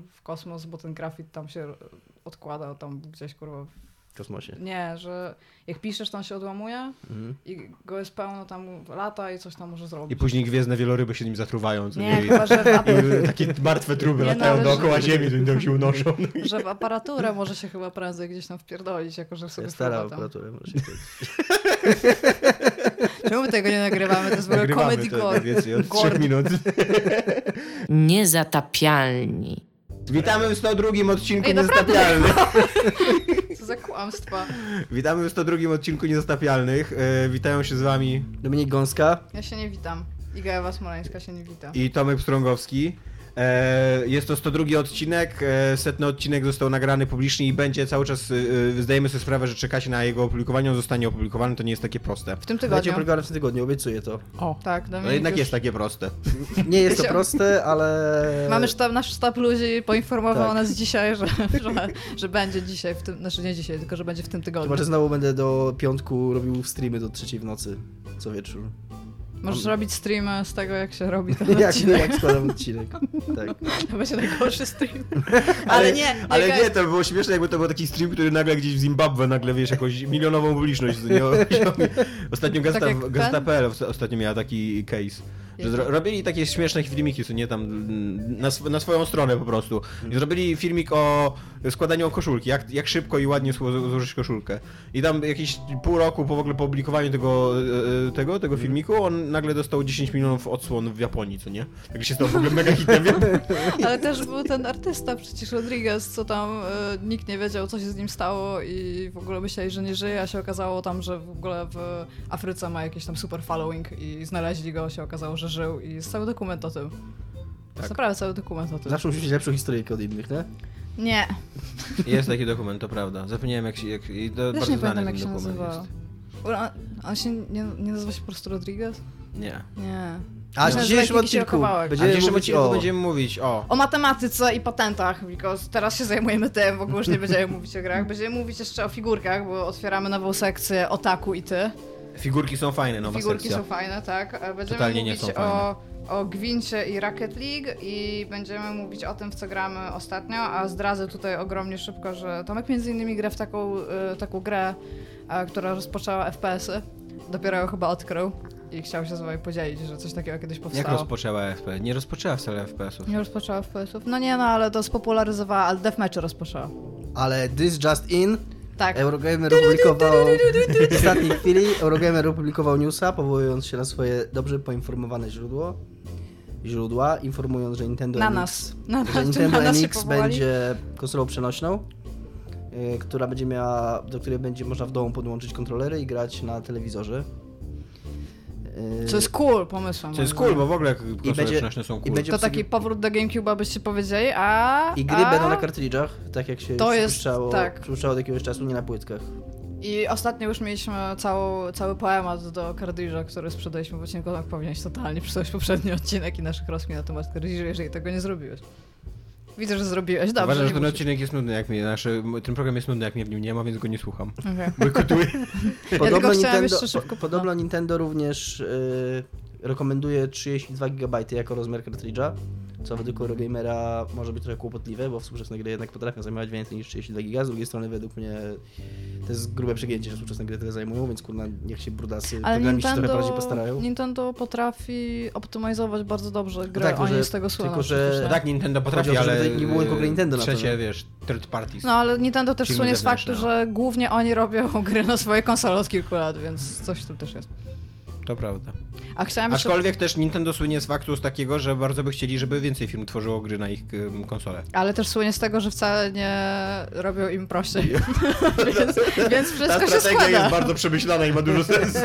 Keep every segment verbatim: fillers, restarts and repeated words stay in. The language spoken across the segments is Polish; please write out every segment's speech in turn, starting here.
w kosmos, bo ten grafit tam się odkłada tam gdzieś, kurwa. W kosmosie. Nie, że jak piszesz, to on się odłamuje mhm. i go jest pełno tam lata i coś tam może zrobić. I później gwiezdne wieloryby się nim zatruwają. Co nie, nie, chyba, że... I takie martwe truby nie, latają no, dookoła że... Ziemi, to tam się unoszą. Że w aparaturę może się chyba prędzej gdzieś tam wpierdolić, jako że sobie Stara tam. aparaturę może się Czemu my tego nie nagrywamy? To jest w ogóle comedy gore. Więcej od trzech minut. Niezatapialni. Witamy w sto drugim odcinku Ej, Niezatapialnych. Co za kłamstwa. Witamy w sto drugim odcinku Niezatapialnych. E, witają się z wami Dominik Gąska. Ja się nie witam. Iga Ewa Smoleńska się nie wita. i Tomek Pstrągowski. E, jest to sto drugi odcinek, e, setny odcinek został nagrany publicznie i będzie cały czas, e, zdajemy sobie sprawę, że czekacie na jego opublikowanie, on zostanie opublikowany, to nie jest takie proste. W tym Będzie tygodniu. opublikowane w tym tygodniu, obiecuję to. O, tak. Dominik No jednak już... jest takie proste. Nie jest to proste, ale... Mamy sztab, nasz sztab ludzi poinformował Tak. nas dzisiaj, że, że, że będzie dzisiaj, w tym, znaczy nie dzisiaj, tylko że będzie w tym tygodniu. Chyba, że znowu będę do piątku robił streamy do trzeciej w nocy, co wieczór. Możesz Mam- robić streamy z tego, jak się robi ten Jak, odcinek. jak składam odcinek. Tak. To będzie najgorszy stream. Ale, Ale nie, ale jaka- nie, to było śmieszne, jakby to był taki stream, który nagle gdzieś w Zimbabwe, nagle wiesz, jakąś milionową publiczność. Nie, ostatnio Tak Gazeta, jak ten? Gazeta kropka p l ostatnio miała taki case. Że zro- robili takie śmieszne filmiki, co nie tam na, sw- na swoją stronę po prostu. I zrobili filmik o składaniu koszulki, jak, jak szybko i ładnie zło- złożyć koszulkę. I tam jakieś pół roku po w ogóle po opublikowaniu tego, e, tego, tego filmiku, on nagle dostał dziesięć milionów odsłon w Japonii, co nie? Tak się stał w ogóle mega hitem. Ale też był ten artysta przecież Rodriguez, co tam y, nikt nie wiedział, co się z nim stało i w ogóle myśleli, że nie żyje, a się okazało tam, że w ogóle w Afryce ma jakiś tam super following i znaleźli go, się okazało, że żył i jest cały dokument o tym. To Tak. jest naprawdę cały dokument o tym. Zawsze musi mieć lepszą historyjkę od innych, nie? Nie, Jest taki dokument, to prawda. Zapomniałem jak się... Jak, i to też bardzo nie znany pamiętam, jak ten się dokument nazywa. jest. On, on się nie, nie nazywa się po prostu Rodriguez? Nie. Nie. A To w się dzisiejszym nazywa jakiś odcinku kawałek. A w będziemy dzisiejszym mówić odcinku o... będziemy mówić o... O matematyce i patentach, because teraz się zajmujemy tym, w ogóle już nie będziemy mówić o grach. Będziemy mówić jeszcze o figurkach, bo otwieramy nową sekcję Otaku i ty. Figurki są fajne, nowa Figurki sekcja. są fajne, tak. Będziemy Totalnie nie mówić są o, o Gwincie i Rocket League i będziemy mówić o tym, w co gramy ostatnio, a zdradzę tutaj ogromnie szybko, że Tomek między innymi gra w taką, y, taką grę, y, która rozpoczęła F P S-y. Dopiero ją chyba odkrył i chciał się z wami podzielić, że coś takiego kiedyś Jak powstało. rozpoczęła F P S? Nie rozpoczęła wcale F P S-ów. Nie rozpoczęła F P S-ów? No nie, no ale to spopularyzowała, ale Deathmatch rozpoczęła. Ale This Just In, Tak. Eurogamer opublikował w ostatniej chwili, Eurogamer opublikował newsa, powołując się na swoje dobrze poinformowane źródło. Źródła, informując, że Nintendo Na N X, nas. Na, że na, Nintendo na nas N się X powołali. będzie konsolą przenośną, yy, która będzie miała, do której będzie można w domu podłączyć kontrolery i grać na telewizorze. Yy, Co jest cool pomysłem. Co jest moim cool, bo w ogóle konsole będzie- przenośne są i cool. będzie To taki powrót do GameCube'a byście powiedzieli, a... I gry a... będą na kartridżach, tak jak się To jest- przypuszczało, tak. przypuszczało od jakiegoś czasu, nie na płytkach. I ostatnio już mieliśmy całą, cały poemat do kartridża, który sprzedaliśmy w odcinku, tak powinieneś totalnie przysłać poprzedni odcinek i naszych rozkmin na temat kartridża, jeżeli tego nie zrobiłeś. Widzę, że zrobiłeś, dobrze. Uważam, że nie ten musisz. odcinek jest nudny, jak mnie, nasze, ten program jest nudny, jak mnie w nim nie ma, więc go nie słucham. Okay. Bojkotuję. Podobno, chciałam Nintendo, jeszcze szybko- po, podobno Nintendo również yy, rekomenduje trzydzieści dwa gigabajty jako rozmiar kartridża, co według Eurogamera może być trochę kłopotliwe, bo współczesne gry jednak potrafią zajmować więcej niż trzydzieści dwa giga. Z drugiej strony według mnie to jest grube przegięcie, że współczesne gry tyle zajmują, więc kurna, niech się brudasy, Ale programiści trochę bardziej Nintendo, postarają. Nintendo potrafi optymalizować bardzo dobrze gry, No tak, oni że- z tego słyną. tylko, że- przecież, No tak, Nintendo potrafi, Chodzi o to, ale żeby nie było tylko Nintendo na to, trzecie, nie? wiesz, third parties. No ale Nintendo też Filmy słynie z faktu, zewnętrzne, że głównie oni robią gry na swoje konsole od kilku lat, więc coś tu też jest. To prawda. A chciałam jeszcze... Aczkolwiek też Nintendo słynie z faktu z takiego, że bardzo by chcieli, żeby więcej firm tworzyło gry na ich um, konsole. Ale też słynie z tego, że wcale nie robią im prościej. więc, więc wszystko Ta się strategia składa. jest bardzo przemyślana i ma dużo sensu.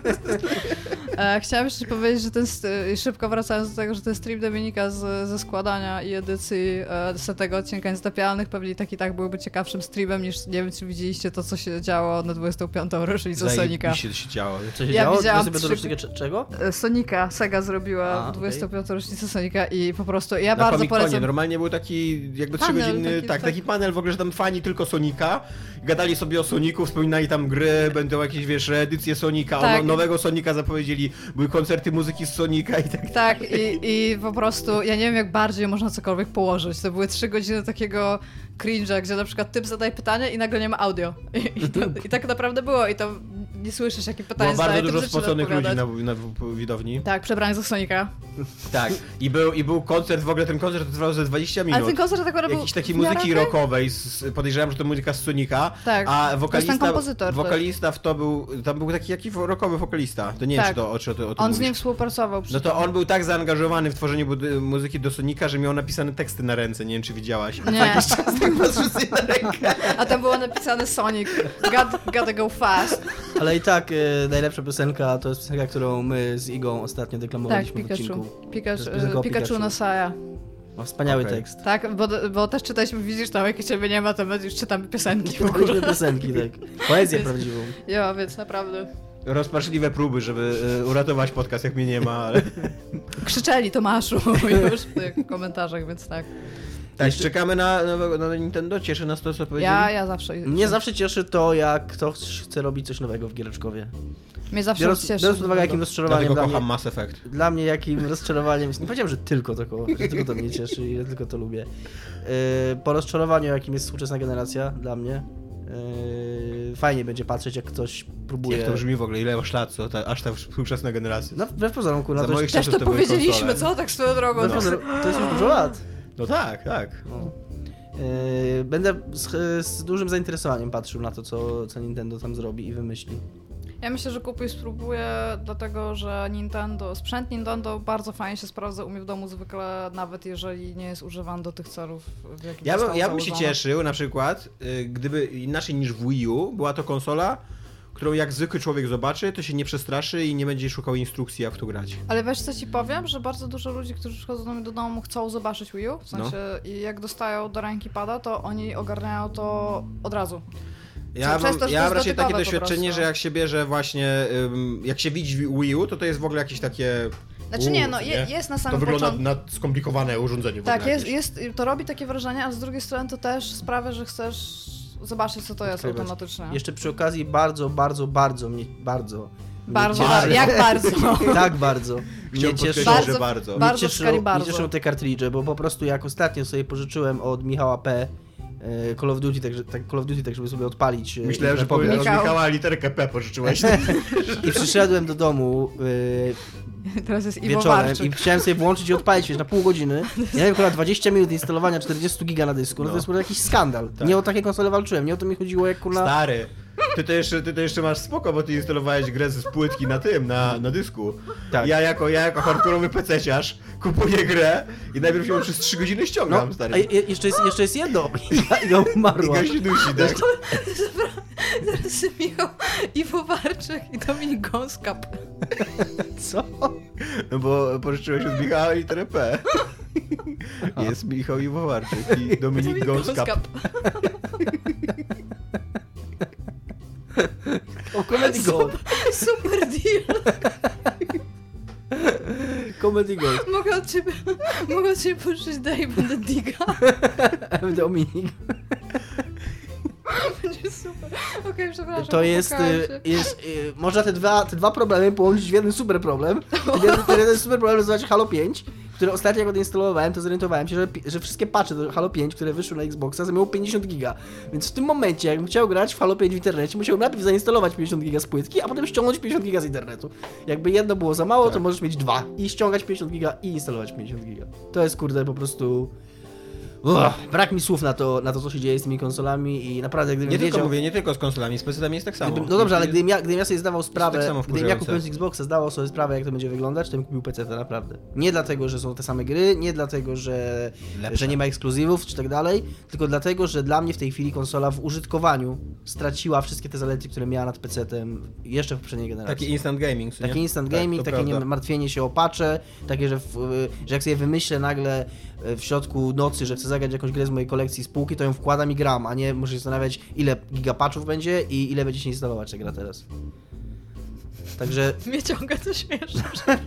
E, chciałam jeszcze powiedzieć, że ten, st- szybko wracając do tego, że ten stream Dominika z, ze składania i edycji e, setnego odcinka Niezatapialnych pewnie tak i tak byłby ciekawszym streamem niż, nie wiem czy widzieliście to, co się działo na dwudziestą piątą rocznicę Sonika. się, się działo. Co się Ja działo? widziałam dwudziestą trzy- rocznicę cze- czego? E, Sonika, Sega zrobiła A, dwudziestą piątą rocznicę Sonika i po prostu ja Na bardzo Comic-Conie polecam. normalnie był taki jakby Panel trzygodzinny, taki, tak, tak. taki panel w ogóle, że tam fani tylko Sonika, gadali sobie o Soniku, wspominali tam gry, będą jakieś, wiesz, edycje Sonika, Tak. o, nowego Sonika zapowiedzieli i były koncerty muzyki z Sonika i tak Tak, i, i po prostu, ja nie wiem jak bardziej można cokolwiek położyć. To były trzy godziny takiego cringe'a, gdzie na przykład typ zadaje pytanie i nagle nie ma audio. I, i, to, i tak naprawdę było i to nie słyszysz jakie pytanie Było zadaje. bardzo dużo typ zaczyna spoconych ludzi odpowiadać. na, na widowni. Tak, przebrany za Sonika. Tak. I był, I był koncert, w ogóle ten koncert trwał ze dwadzieścia minut. Ale ten koncert tak naprawdę był Jakiejś takiej w miarę muzyki okej? rockowej, z, podejrzewam, że to muzyka z Sonika, Tak, a to jest wokalista, ten kompozytor też. wokalista w to był, tam był taki jaki rockowy wokalista, to nie Tak. wiem, czy to, czy o, to- o tym On z mówisz. nim współpracował. Przy No to tym. on był tak zaangażowany w tworzenie bud- muzyki do Sonika, że miał napisane teksty na ręce, nie wiem, czy widziałaś. Nie. Tak patrzysz sobie na rękę. A tam było napisane Sonic, got, gotta go fast. Ale i tak e, najlepsza piosenka to jest piosenka, którą my z Igą ostatnio Tak, deklamowaliśmy w Pikachu. odcinku. Pikachu, To jest piosenka o Pikachu Pikachu. na Saya. Ma wspaniały Okej. tekst. Tak, bo, bo też czytaliśmy, widzisz tam, jak ciebie nie ma, to my już czytamy piosenki w ogóle. Czytaliśmy piosenki, tak. Poezję Jest- prawdziwą. Ja, więc naprawdę. Rozpaczliwe próby, żeby e, uratować podcast, jak mnie nie ma, ale... Krzyczeli Tomaszu już w tych komentarzach, więc tak. Tak, czekamy na, na, na Nintendo, cieszy nas to, co powiedzieli. Ja, ja zawsze... Mnie zawsze cieszy to, jak ktoś chce robić coś nowego w giereczkowie. Mnie zawsze Biorąc, cieszy. biorąc pod uwagę, jakim rozczarowaniem Dlatego dla kocham mnie, Mass Effect. dla mnie jakim rozczarowaniem jest, nie powiedziałem, że tylko to, ko- że tylko to mnie cieszy i ja tylko to lubię. Yy, po rozczarowaniu, jakim jest współczesna generacja dla mnie, yy, fajnie będzie patrzeć, jak ktoś próbuje... Jak to brzmi w ogóle, ile masz lat, co? Ta, aż ta współczesna generacja. No wbrew pozorom, kurwa, Za to, moich jest, Też czasów to były powiedzieliśmy, konsole. co? Tak swoją drogą. wbrew No. pozorom, to jest już dużo lat. No tak, tak. No. Yy, będę z, z dużym zainteresowaniem patrzył na to, co, co Nintendo tam zrobi i wymyśli. Ja myślę, że kupuj spróbuję, dlatego że Nintendo, sprzęt Nintendo bardzo fajnie się sprawdza u mnie w domu zwykle, nawet jeżeli nie jest używany do tych celów, w jakich Ja bym, został ja bym się założony. cieszył na przykład, y, gdyby inaczej niż w Wii U była to konsola, którą jak zwykły człowiek zobaczy, to się nie przestraszy i nie będzie szukał instrukcji, jak w to grać. Ale wiesz co ci powiem, że bardzo dużo ludzi, którzy przychodzą do mnie do domu, chcą zobaczyć Wii U, w sensie i jak dostają do ręki pada, to oni ogarniają to od razu. Ja przez mam, to, że ja to mam jest raczej takie dotykowe po doświadczenie, prostu. że jak się bierze właśnie, ym, jak się widzi Wii U, to to jest w ogóle jakieś takie... Znaczy nie, Uuu, no je, jest na To samym wygląda początku. na skomplikowane urządzenie w Tak, ogóle jest, jakieś. jest, to robi takie wrażenie, ale z drugiej strony to też sprawia, że chcesz zobaczyć, co to jest Odkrywać. automatycznie. Jeszcze przy okazji bardzo, bardzo, bardzo mnie, bardzo... mnie Bardzo, cieszy- bar- jak bardzo? Tak bardzo. Chciałbym Mnie cieszy, podkreślić, Bardzo- że bardzo. mnie bardzo cieszą, skali mnie bardzo. cieszą te kartridże, bo po prostu jak ostatnio sobie pożyczyłem od Michała P. e, Call of Duty, tak, że- tak, Call of Duty, tak żeby sobie odpalić. e, Myślałem, i że tak powiem. powiesz, Michał. od Michała literkę P pożyczyłeś. I przyszedłem do domu e, Teraz jest Iwo wieczorem Warczyk. i chciałem sobie włączyć i odpalić wiesz, na pół godziny. Ja miałem akurat dwadzieścia minut instalowania czterdzieści giga na dysku, no, No. to jest po prostu jakiś skandal. Tak. Nie o takie konsole walczyłem, nie o to mi chodziło jak kurna... Stary, ty to, jeszcze, ty to jeszcze masz spoko, bo ty instalowałeś grę z płytki na tym, na, na dysku. Tak. Ja jako, ja jako hardkorowy pececiarz kupuję grę i najpierw ją przez trzy godziny ściągam, No, stary. a je, jeszcze, jest, jeszcze jest jedno. Iga, Iga umarła. Iga się dusi, tak? Teraz Michał Iwo Warczyk i Dominik Gąskap. Co? No bo pożyczyłeś od Michała literę P. Jest Michał Iwowarczyk i Dominik Gąskap. O, Comedy Gold. Super deal. Comedy Gold. Mogę od ciebie, mogę od ciebie pożyczyć Dave będę Diga. Dominik. Będzie super. Okej, przepraszam. To jest, popłakałam y, się. jest y, można te dwa, te dwa problemy połączyć w jeden super problem. Ten jeden, ten jeden super problem nazywa się Halo pięć, który ostatnio jak odinstalowałem, to zorientowałem się, że, pi- że wszystkie patche do Halo pięć, które wyszły na Xboxa, zajmują pięćdziesiąt giga. Więc w tym momencie, jakbym chciał grać w Halo pięć w internecie, musiałbym najpierw zainstalować pięćdziesiąt giga z płytki, a potem ściągnąć pięćdziesiąt giga z internetu. Jakby jedno było za mało, to Tak. możesz mieć dwa i ściągać pięćdziesiąt giga i instalować pięćdziesiąt giga. To jest kurde po prostu... Uch, brak mi słów na to, na to, co się dzieje z tymi konsolami i naprawdę gdybym Nie tylko wiedział... mówię, nie tylko z konsolami, z pecetami jest tak samo. Gdybym, no dobrze, ale gdybym ja, gdybym ja sobie zdawał sprawę, tak samo gdybym ja wkurzające. kupując Xboxa zdawał sobie sprawę, jak to będzie wyglądać, to bym kupił P C naprawdę. Nie dlatego, że są te same gry, nie dlatego, że, Lepsze. że nie ma ekskluzywów czy tak dalej, tylko dlatego, że dla mnie w tej chwili konsola w użytkowaniu straciła wszystkie te zalety, które miała nad PC-tem jeszcze w poprzedniej generacji. Taki instant gaming, co nie? Taki instant Tak, gaming, to takie prawda. nie, martwienie się o patche, takie, że, w, że jak sobie wymyślę nagle w środku nocy, że chcę zagrać jakąś grę z mojej kolekcji z półki, to ją wkładam i gram, a nie muszę się zastanawiać, ile gigapatchów będzie i ile będzie się instalować ta gra teraz. Także Mnie ciąga to śmieszne.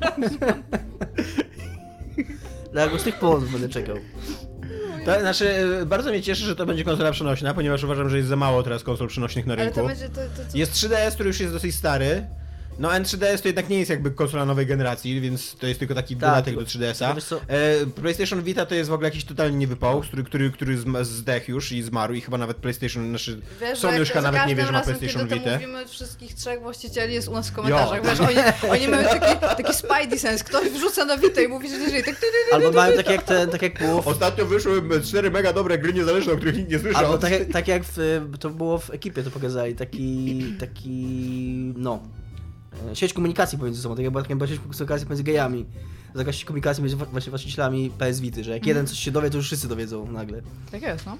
dlatego z tych powodów będę czekał. To, znaczy, e, bardzo mnie cieszy, że to będzie konsola przenośna, ponieważ uważam, że jest za mało teraz konsol przenośnych na Ale rynku. to będzie to, to, to... Jest trzy D S, który już jest dosyć stary No N trzy D S to jednak nie jest jakby konsola nowej generacji, więc to jest tylko taki Tak, dodatek tylko- do trzy D S a. wiesz co- E, PlayStation Vita to jest w ogóle jakiś totalnie niewypał, który, który, który zma- zdechł już i zmarł i chyba nawet PlayStation, znaczy Wiesz, Sony że już jak nawet za nie wie, że ma każdym razem, PlayStation kiedy to Vita. mówimy, wszystkich trzech właścicieli jest u nas w komentarzach. Jo. Wiesz, oni, oni mają taki, taki spidey sense, ktoś wrzuca na Vita i mówi, że jeżeli tak... Albo mają tak jak ten, tak jak było w, Ostatnio wyszły cztery mega dobre gry niezależne, o których nikt nie słyszał. albo tak, jak- tak jak w, to było w ekipie, to pokazali, taki, taki, no, e, sieć komunikacji pomiędzy sobą, tak jakby taka była sieć komunikacji pomiędzy gejami, taka sieć komunikacji między wa- właśnie właścicielami P S Vity, że jak jeden coś się dowie, to już wszyscy dowiedzą nagle. Tak jest, no. E,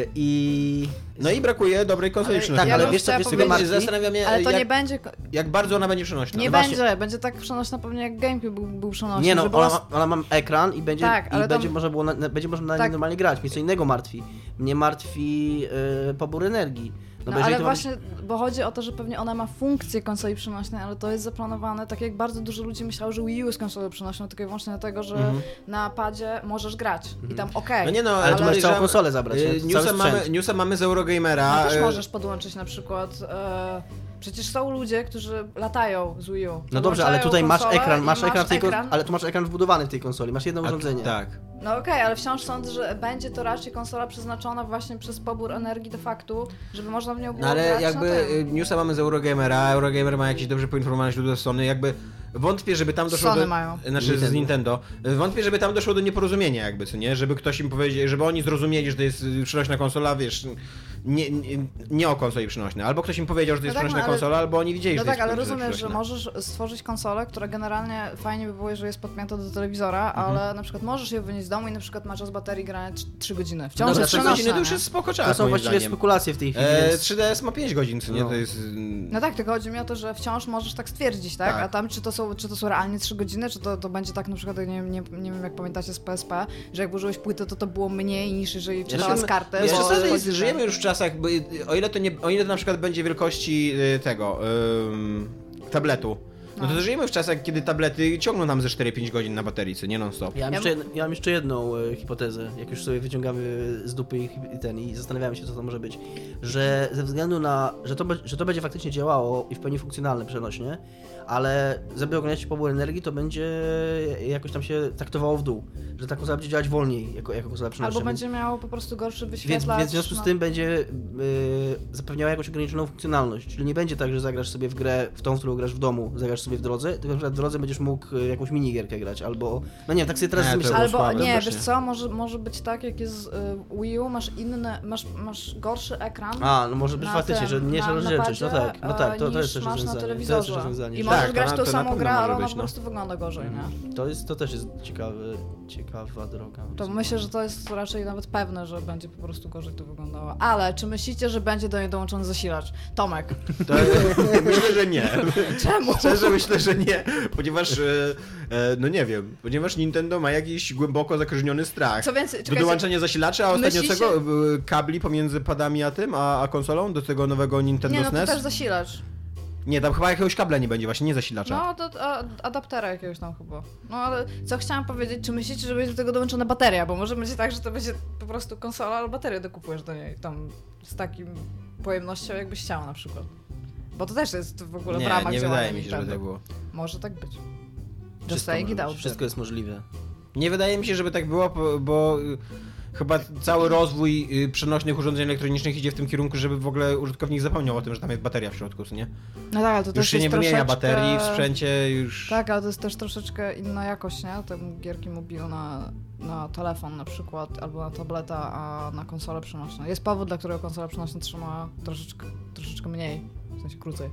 I... No i brakuje dobrej konsoli Ale- przenośnej. Tak, Ja ale bym wiesz co, chciała wiesz co mnie powiedzieć- martwi? Zastanawiam mnie, Ale to jak, nie będzie... jak bardzo ona będzie przenośna. Nie No właśnie- będzie, będzie tak przenośna pewnie jak GameCube był, był przenośny. Nie no, żeby ona, była- ma- ona ma ekran i będzie, Tak, ale i tam- będzie można było na, na- będzie można na nim Tak. normalnie grać. Mnie co innego martwi. Mnie martwi e, pobór energii. No, bo jeżeli ale to ma być- właśnie, bo chodzi o to, że pewnie ona ma funkcję konsoli przenośnej, ale to jest zaplanowane, tak jak bardzo dużo ludzi myślało, że Wii U jest konsolą przenośną, tylko i wyłącznie dlatego, że Mhm. na padzie możesz grać i tam okej. No nie no, Ale tu masz podejrzewam- całą konsolę zabrać, nie? y, To cały Newsa, mamy, sprzęt. newsa mamy z Eurogamera. No też y, możesz podłączyć na przykład. E, przecież są ludzie, którzy latają z Wii U. No dobrze, ale Podłączają tutaj masz konsolę ekran, i masz ekran w tej kon- ekran. ale tu masz ekran wbudowany w tej konsoli, masz jedno a- urządzenie. Tak. No okej, ale wciąż sądzę, że będzie to raczej konsola przeznaczona właśnie przez pobór energii de facto, żeby można w nią było No ale grać jakby na y, tym. newsa mamy z Eurogamera, Eurogamer ma jakieś dobrze poinformowane źródła z Sony, jakby wątpię, żeby tam doszło Sony do... mają. Znaczy z Nintendo. Nintendo. Wątpię, żeby tam doszło do nieporozumienia jakby, co nie? Żeby ktoś im powiedział, żeby oni zrozumieli, że to jest y, przenośna konsola, wiesz, nie, nie, nie o konsoli przenośnej. Albo ktoś im powiedział, że to No jest tak, przenośna no ale- konsola, albo oni widzieli, No że to tak, jest ale konsola rozumiesz, że przenośna. możesz stworzyć konsolę, która generalnie fajnie by było, że jest podpięta do telewizora, Mhm. ale na przykład możesz ją wynieść z domu i na przykład masz z baterii grania trzy godziny. Wciąż Dobra, jest trzy przenośna, godziny to już nie? jest spoko czas, To są moim właściwie zdaniem. spekulacje w tej chwili, E, więc... trzy D S ma pięć godzin, co nie? No. To jest... No tak, tylko chodzi mi o to, że wciąż możesz tak stwierdzić, tak? Tak. A tam czy to są, czy to są realnie trzy godziny, czy to, to będzie tak na przykład, nie, nie, nie wiem jak pamiętacie z P S P, że jak włożyłeś płytę, to to było mniej niż jeżeli wczytała z karty. Wiesz, bo- co, że bo- jest, żyjemy już w czasach, bo, o ile to nie, o ile to na przykład będzie wielkości y, tego ym, tabletu, no to No. żyjemy w czasach, kiedy tablety ciągną nam ze cztery pięć godzin na baterii, co nie non-stop. Ja mam, Ja jeszcze, jedno, ja mam jeszcze jedną e, hipotezę, jak już sobie wyciągamy z dupy i, i ten i zastanawiamy się, co to może być, że ze względu na, że to, be- że to będzie faktycznie działało i w pełni funkcjonalne przenośnie, ale żeby ograniczyć pobór energii, to będzie jakoś tam się traktowało w dół, że ta konsola będzie działać wolniej jako, jako konsola przenośna. Albo więc- będzie miało po prostu gorszy Więc, wyświetlacz. więc w związku z no. tym będzie y, zapewniała jakąś ograniczoną funkcjonalność. Czyli nie będzie tak, że zagrasz sobie w grę w tą, w którą grasz w domu, zagrasz sobie w drodze, tylko na przykład w drodze będziesz mógł y, jakąś minigierkę grać, albo... No nie wiem, tak sobie teraz Nie, to myślę. było Albo słabe nie, właśnie. wiesz co, może, może być tak, jak jest z y, Wii U, masz inny, masz, masz gorszy ekran. A, no może być na faktycznie, tym, że mniejsza na rozdzielczość, no napadzie, tak, no tak, to, to niż jest też masz na rozwiązanie. To jest telewizorze. też rozwiązanie. I że- możesz Tak, grać to tą na- to na samą pewno grę, może ale ona być, po no. prostu wygląda gorzej, nie? To, jest, to też jest ciekawy, ciekawa droga. To myślę, że to jest raczej nawet pewne, że będzie po prostu gorzej to wyglądało. Ale czy myślicie, że będzie do niej dołączony zasilacz? Tomek. To, myślę, że nie. Czemu? Szczerze myślę, że nie, ponieważ, e, e, no nie wiem, ponieważ Nintendo ma jakiś głęboko zakorzeniony strach. Co więcej, Do czekajcie, dołączenia zasilacza, a ostatnio myślicie- czego? E, Kabli pomiędzy padami a tym, a, a konsolą? Do tego nowego Nintendo nie, no S to N E S? też zasilacz. Nie, tam chyba jakiegoś kabla nie będzie, właśnie nie zasilacza. No, to a, adaptera jakiegoś tam chyba. No ale co chciałam powiedzieć, czy myślicie, że będzie do tego dołączona bateria? Bo może będzie tak, że to będzie po prostu konsola, ale baterię dokupujesz do niej tam z takim pojemnością, jakbyś chciał na przykład. Bo to też jest w ogóle w nie, ramach nie działania wydaje mi się, żeby Nintendo. tak było. Może tak być. Just Wszystko, saying może it być, out wszystko there. jest możliwe. Nie wydaje mi się, żeby tak było, bo, bo y, chyba cały rozwój y, przenośnych urządzeń elektronicznych idzie w tym kierunku, żeby w ogóle użytkownik zapomniał o tym, że tam jest bateria w środku, co nie? No tak, ale to Już też się jest nie wymienia troszeczkę... baterii w sprzęcie, już... Tak, ale to jest też troszeczkę inna jakość, nie? Te gierki mobilne na, na telefon na przykład, albo na tableta, a na konsolę przenośną. Jest powód, dla którego konsola przenośna trzyma troszeczkę, troszeczkę mniej, w sensie krócej.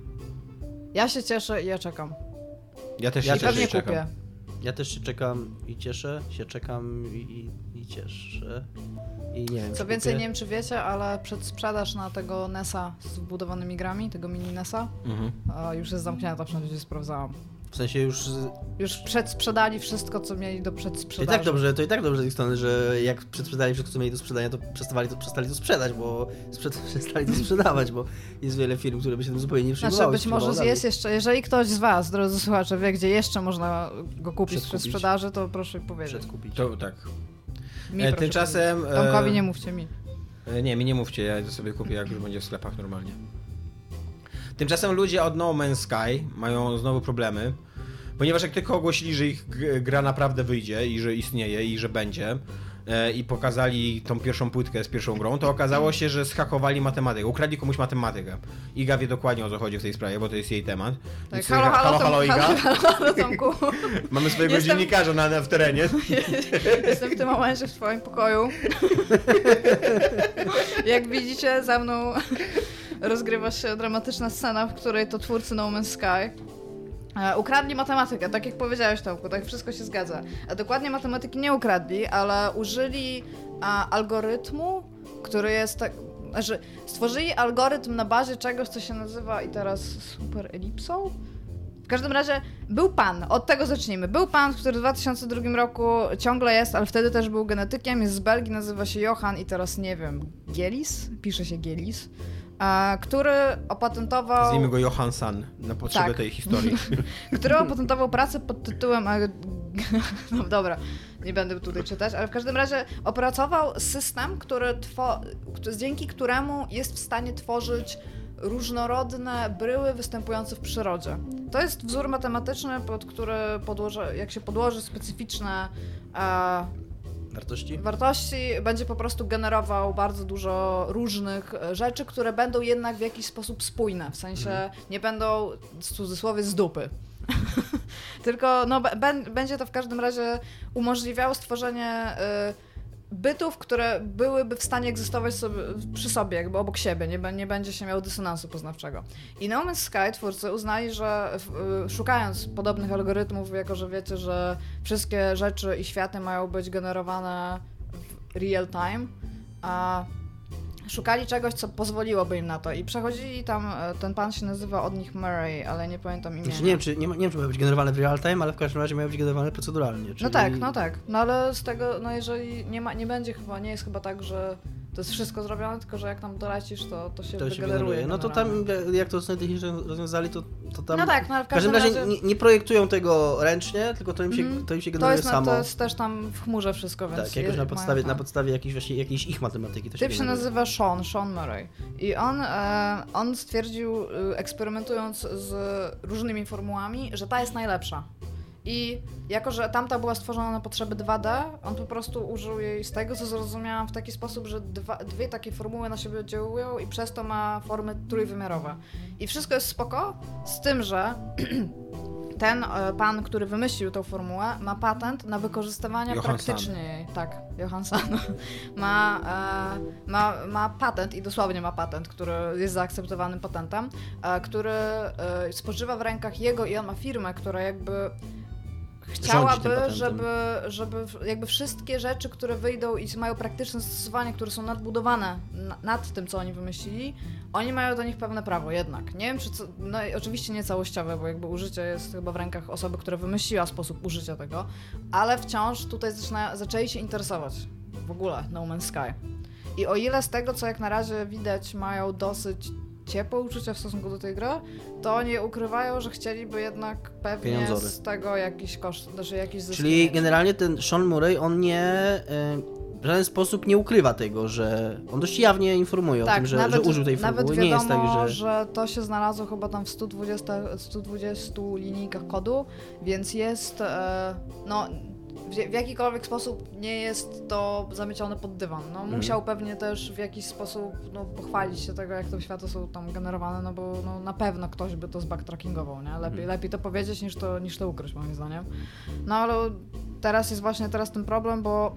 Ja się cieszę i ja czekam. Ja też Ja się też Pewnie czekam. kupię. Ja też się czekam i cieszę, się czekam i, i, i cieszę. I nie wiem, Co czy więcej, kupię. nie wiem czy wiecie, ale przedsprzedaż na tego N E S a z wbudowanymi grami, tego mini N E S a, Mhm. a już jest zamknięta, wszędzie gdzie sprawdzałam. W sensie już... Już przedsprzedali wszystko, co mieli do To i przedsprzedaży. tak dobrze, to i tak dobrze z ich strony, że jak przedsprzedali wszystko, co mieli do sprzedania, to przestali to, przestali to sprzedać, bo sprzed, przestali to sprzedawać, bo jest wiele firm, które by się tym zupełnie nie Znaczy, przyjmowały. być może sprzedawały jest jeszcze, jeżeli ktoś z was, drodzy słuchacze, wie, gdzie jeszcze można go kupić Przedkupić. przez sprzedaży, to proszę powiedzieć. przedkupić. To tak. Mi E, proszę tymczasem... powiedzieć. Tomkowi nie mówcie mi. E, nie, mi nie mówcie, ja to sobie kupię, jak już będzie w sklepach normalnie. Tymczasem ludzie od No Man's Sky mają znowu problemy, ponieważ jak tylko ogłosili, że ich gra naprawdę wyjdzie i że istnieje i że będzie e, i pokazali tą pierwszą płytkę z pierwszą grą, to okazało się, że zhakowali matematykę, ukradli komuś matematykę. Iga wie dokładnie, o co chodzi w tej sprawie, bo to jest jej temat. Tak, Więc, halo, halo, halo, Tom, halo, Iga. halo, halo, Tomku. Mamy swojego Jestem... dziennikarza na, na, w terenie. Jestem w tym momencie w swoim pokoju. Jak widzicie, za mną rozgrywa się dramatyczna scena, w której to twórcy No Man's Sky e, ukradli matematykę, tak jak powiedziałeś, Tomku, tak wszystko się zgadza. A dokładnie matematyki nie ukradli, ale użyli a, algorytmu, który jest tak... Znaczy, stworzyli algorytm na bazie czegoś, co się nazywa i teraz super elipsą? W każdym razie był pan, od tego zacznijmy. Był pan, który w dwa tysiące drugim roku ciągle jest, ale wtedy też był genetykiem, jest z Belgii, nazywa się Johan i teraz nie wiem, Gielis? Pisze się Gielis. E, który opatentował... Nazwijmy go Johansson na potrzeby Tak. tej historii. który opatentował pracę pod tytułem... No dobra, nie będę tutaj czytać, ale w każdym razie opracował system, który two... dzięki któremu jest w stanie tworzyć różnorodne bryły występujące w przyrodzie. To jest wzór matematyczny, pod który podłoży, jak się podłoży specyficzne e, Wartości? wartości, będzie po prostu generował bardzo dużo różnych rzeczy, które będą jednak w jakiś sposób spójne, w sensie mhm. nie będą w cudzysłowie z dupy. Tylko no, b- będzie to w każdym razie umożliwiało stworzenie y, bytów, które byłyby w stanie egzystować sobie, przy sobie, jakby obok siebie, nie, nie będzie się miało dysonansu poznawczego. I No Man's Sky twórcy uznali, że y, szukając podobnych algorytmów, jako że wiecie, że wszystkie rzeczy i światy mają być generowane w real time, a szukali czegoś, co pozwoliłoby im na to i przechodzili tam, ten pan się nazywa od nich Murray, ale nie pamiętam imienia. Znaczy, nie wiem, czy, nie, nie wiem, czy mają być generowane w real time, ale w każdym razie mają być generowane proceduralnie. Czyli... No tak, no tak. No ale z tego, no jeżeli nie ma, nie będzie chyba, nie jest chyba tak, że to jest wszystko zrobione, tylko że jak tam dolecisz, to, to się to wygeneruje. się generuje. No to tam, jak to technicznie rozwiązali, to, to tam... No tak, no ale w każdym razie razie... nie, nie projektują tego ręcznie, tylko to im się, mm, to im się generuje to jest, samo. To jest też tam w chmurze wszystko, więc... Tak, jakoś na podstawie, mają, na podstawie jakiejś, właśnie, jakiejś ich matematyki to się Typ się nazywa Sean, Sean Murray. I on, e, on stwierdził, eksperymentując z różnymi formułami, że ta jest najlepsza. I jako, że tamta była stworzona na potrzeby dwa D, on po prostu użył jej z tego, co zrozumiałam, w taki sposób, że dwa, dwie takie formuły na siebie oddziałują i przez to ma formy trójwymiarowe. I wszystko jest spoko, z tym, że ten e, pan, który wymyślił tą formułę, ma patent na wykorzystywanie Johansson. praktycznie jej. Tak, Johansson. ma, e, ma, ma patent i dosłownie ma patent, który jest zaakceptowanym patentem, e, który e, spoczywa w rękach jego i on ma firmę, która jakby chciałaby, żeby, żeby jakby wszystkie rzeczy, które wyjdą i mają praktyczne zastosowanie, które są nadbudowane na, nad tym, co oni wymyślili, oni mają do nich pewne prawo jednak. Nie wiem, czy co, no oczywiście nie całościowe, bo jakby użycie jest chyba w rękach osoby, która wymyśliła sposób użycia tego, ale wciąż tutaj zaczyna, zaczęli się interesować w ogóle No Man's Sky. I o ile z tego, co jak na razie widać, mają dosyć ciepłe uczucia w stosunku do tej gry, to oni ukrywają, że chcieliby jednak pewnie Pieniądzory. z tego jakiś koszt, znaczy jakiś zysk. Czyli mieć. Generalnie ten Sean Murray, on nie y, w żaden sposób nie ukrywa tego, że on dość jawnie informuje tak, o tym, że, nawet, że użył tej formuły. Nawet wiadomo, nie jest tak, że... że to się znalazło chyba tam w sto dwudziestu linijkach kodu, więc jest e, no w, w jakikolwiek sposób nie jest to zamiecione pod dywan. No, musiał mm. pewnie też w jakiś sposób no, pochwalić się tego, jak te światy są tam generowane, no bo no, na pewno ktoś by to zbacktrackingował, nie? Lepiej, mm. lepiej to powiedzieć niż to, niż to ukryć, moim zdaniem. No ale teraz jest właśnie teraz ten problem, bo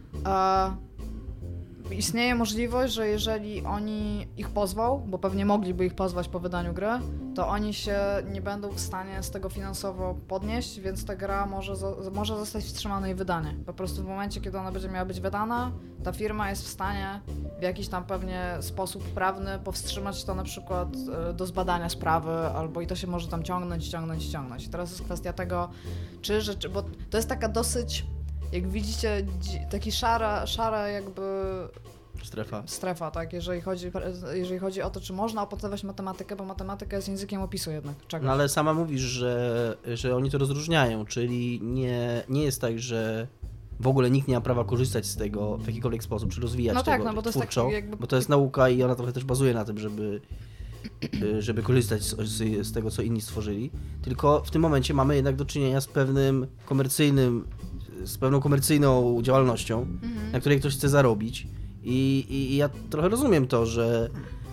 e, istnieje możliwość, że jeżeli oni ich pozwał, bo pewnie mogliby ich pozwać po wydaniu gry, to oni się nie będą w stanie z tego finansowo podnieść, więc ta gra może, zo- może zostać wstrzymana jej wydanie. Po prostu w momencie, kiedy ona będzie miała być wydana, ta firma jest w stanie w jakiś tam pewnie sposób prawny powstrzymać to na przykład y, do zbadania sprawy, albo i to się może tam ciągnąć, ciągnąć, ciągnąć. Teraz jest kwestia tego, czy rzeczy, bo to jest taka dosyć, jak widzicie, taki szara, szara jakby... Strefa. Strefa, tak, jeżeli chodzi, jeżeli chodzi o to, czy można opłacować matematykę, bo matematyka jest językiem opisu jednak czegoś. No ale sama mówisz, że, że oni to rozróżniają, czyli nie, nie jest tak, że w ogóle nikt nie ma prawa korzystać z tego w jakikolwiek sposób, czy rozwijać no tego tak, no bo to twórczo, jest tak jakby... bo to jest nauka i ona trochę też bazuje na tym, żeby żeby korzystać z, z, z tego, co inni stworzyli, tylko w tym momencie mamy jednak do czynienia z pewnym komercyjnym, z pewną komercyjną działalnością, mhm. na której ktoś chce zarobić i, i, i ja trochę rozumiem to, że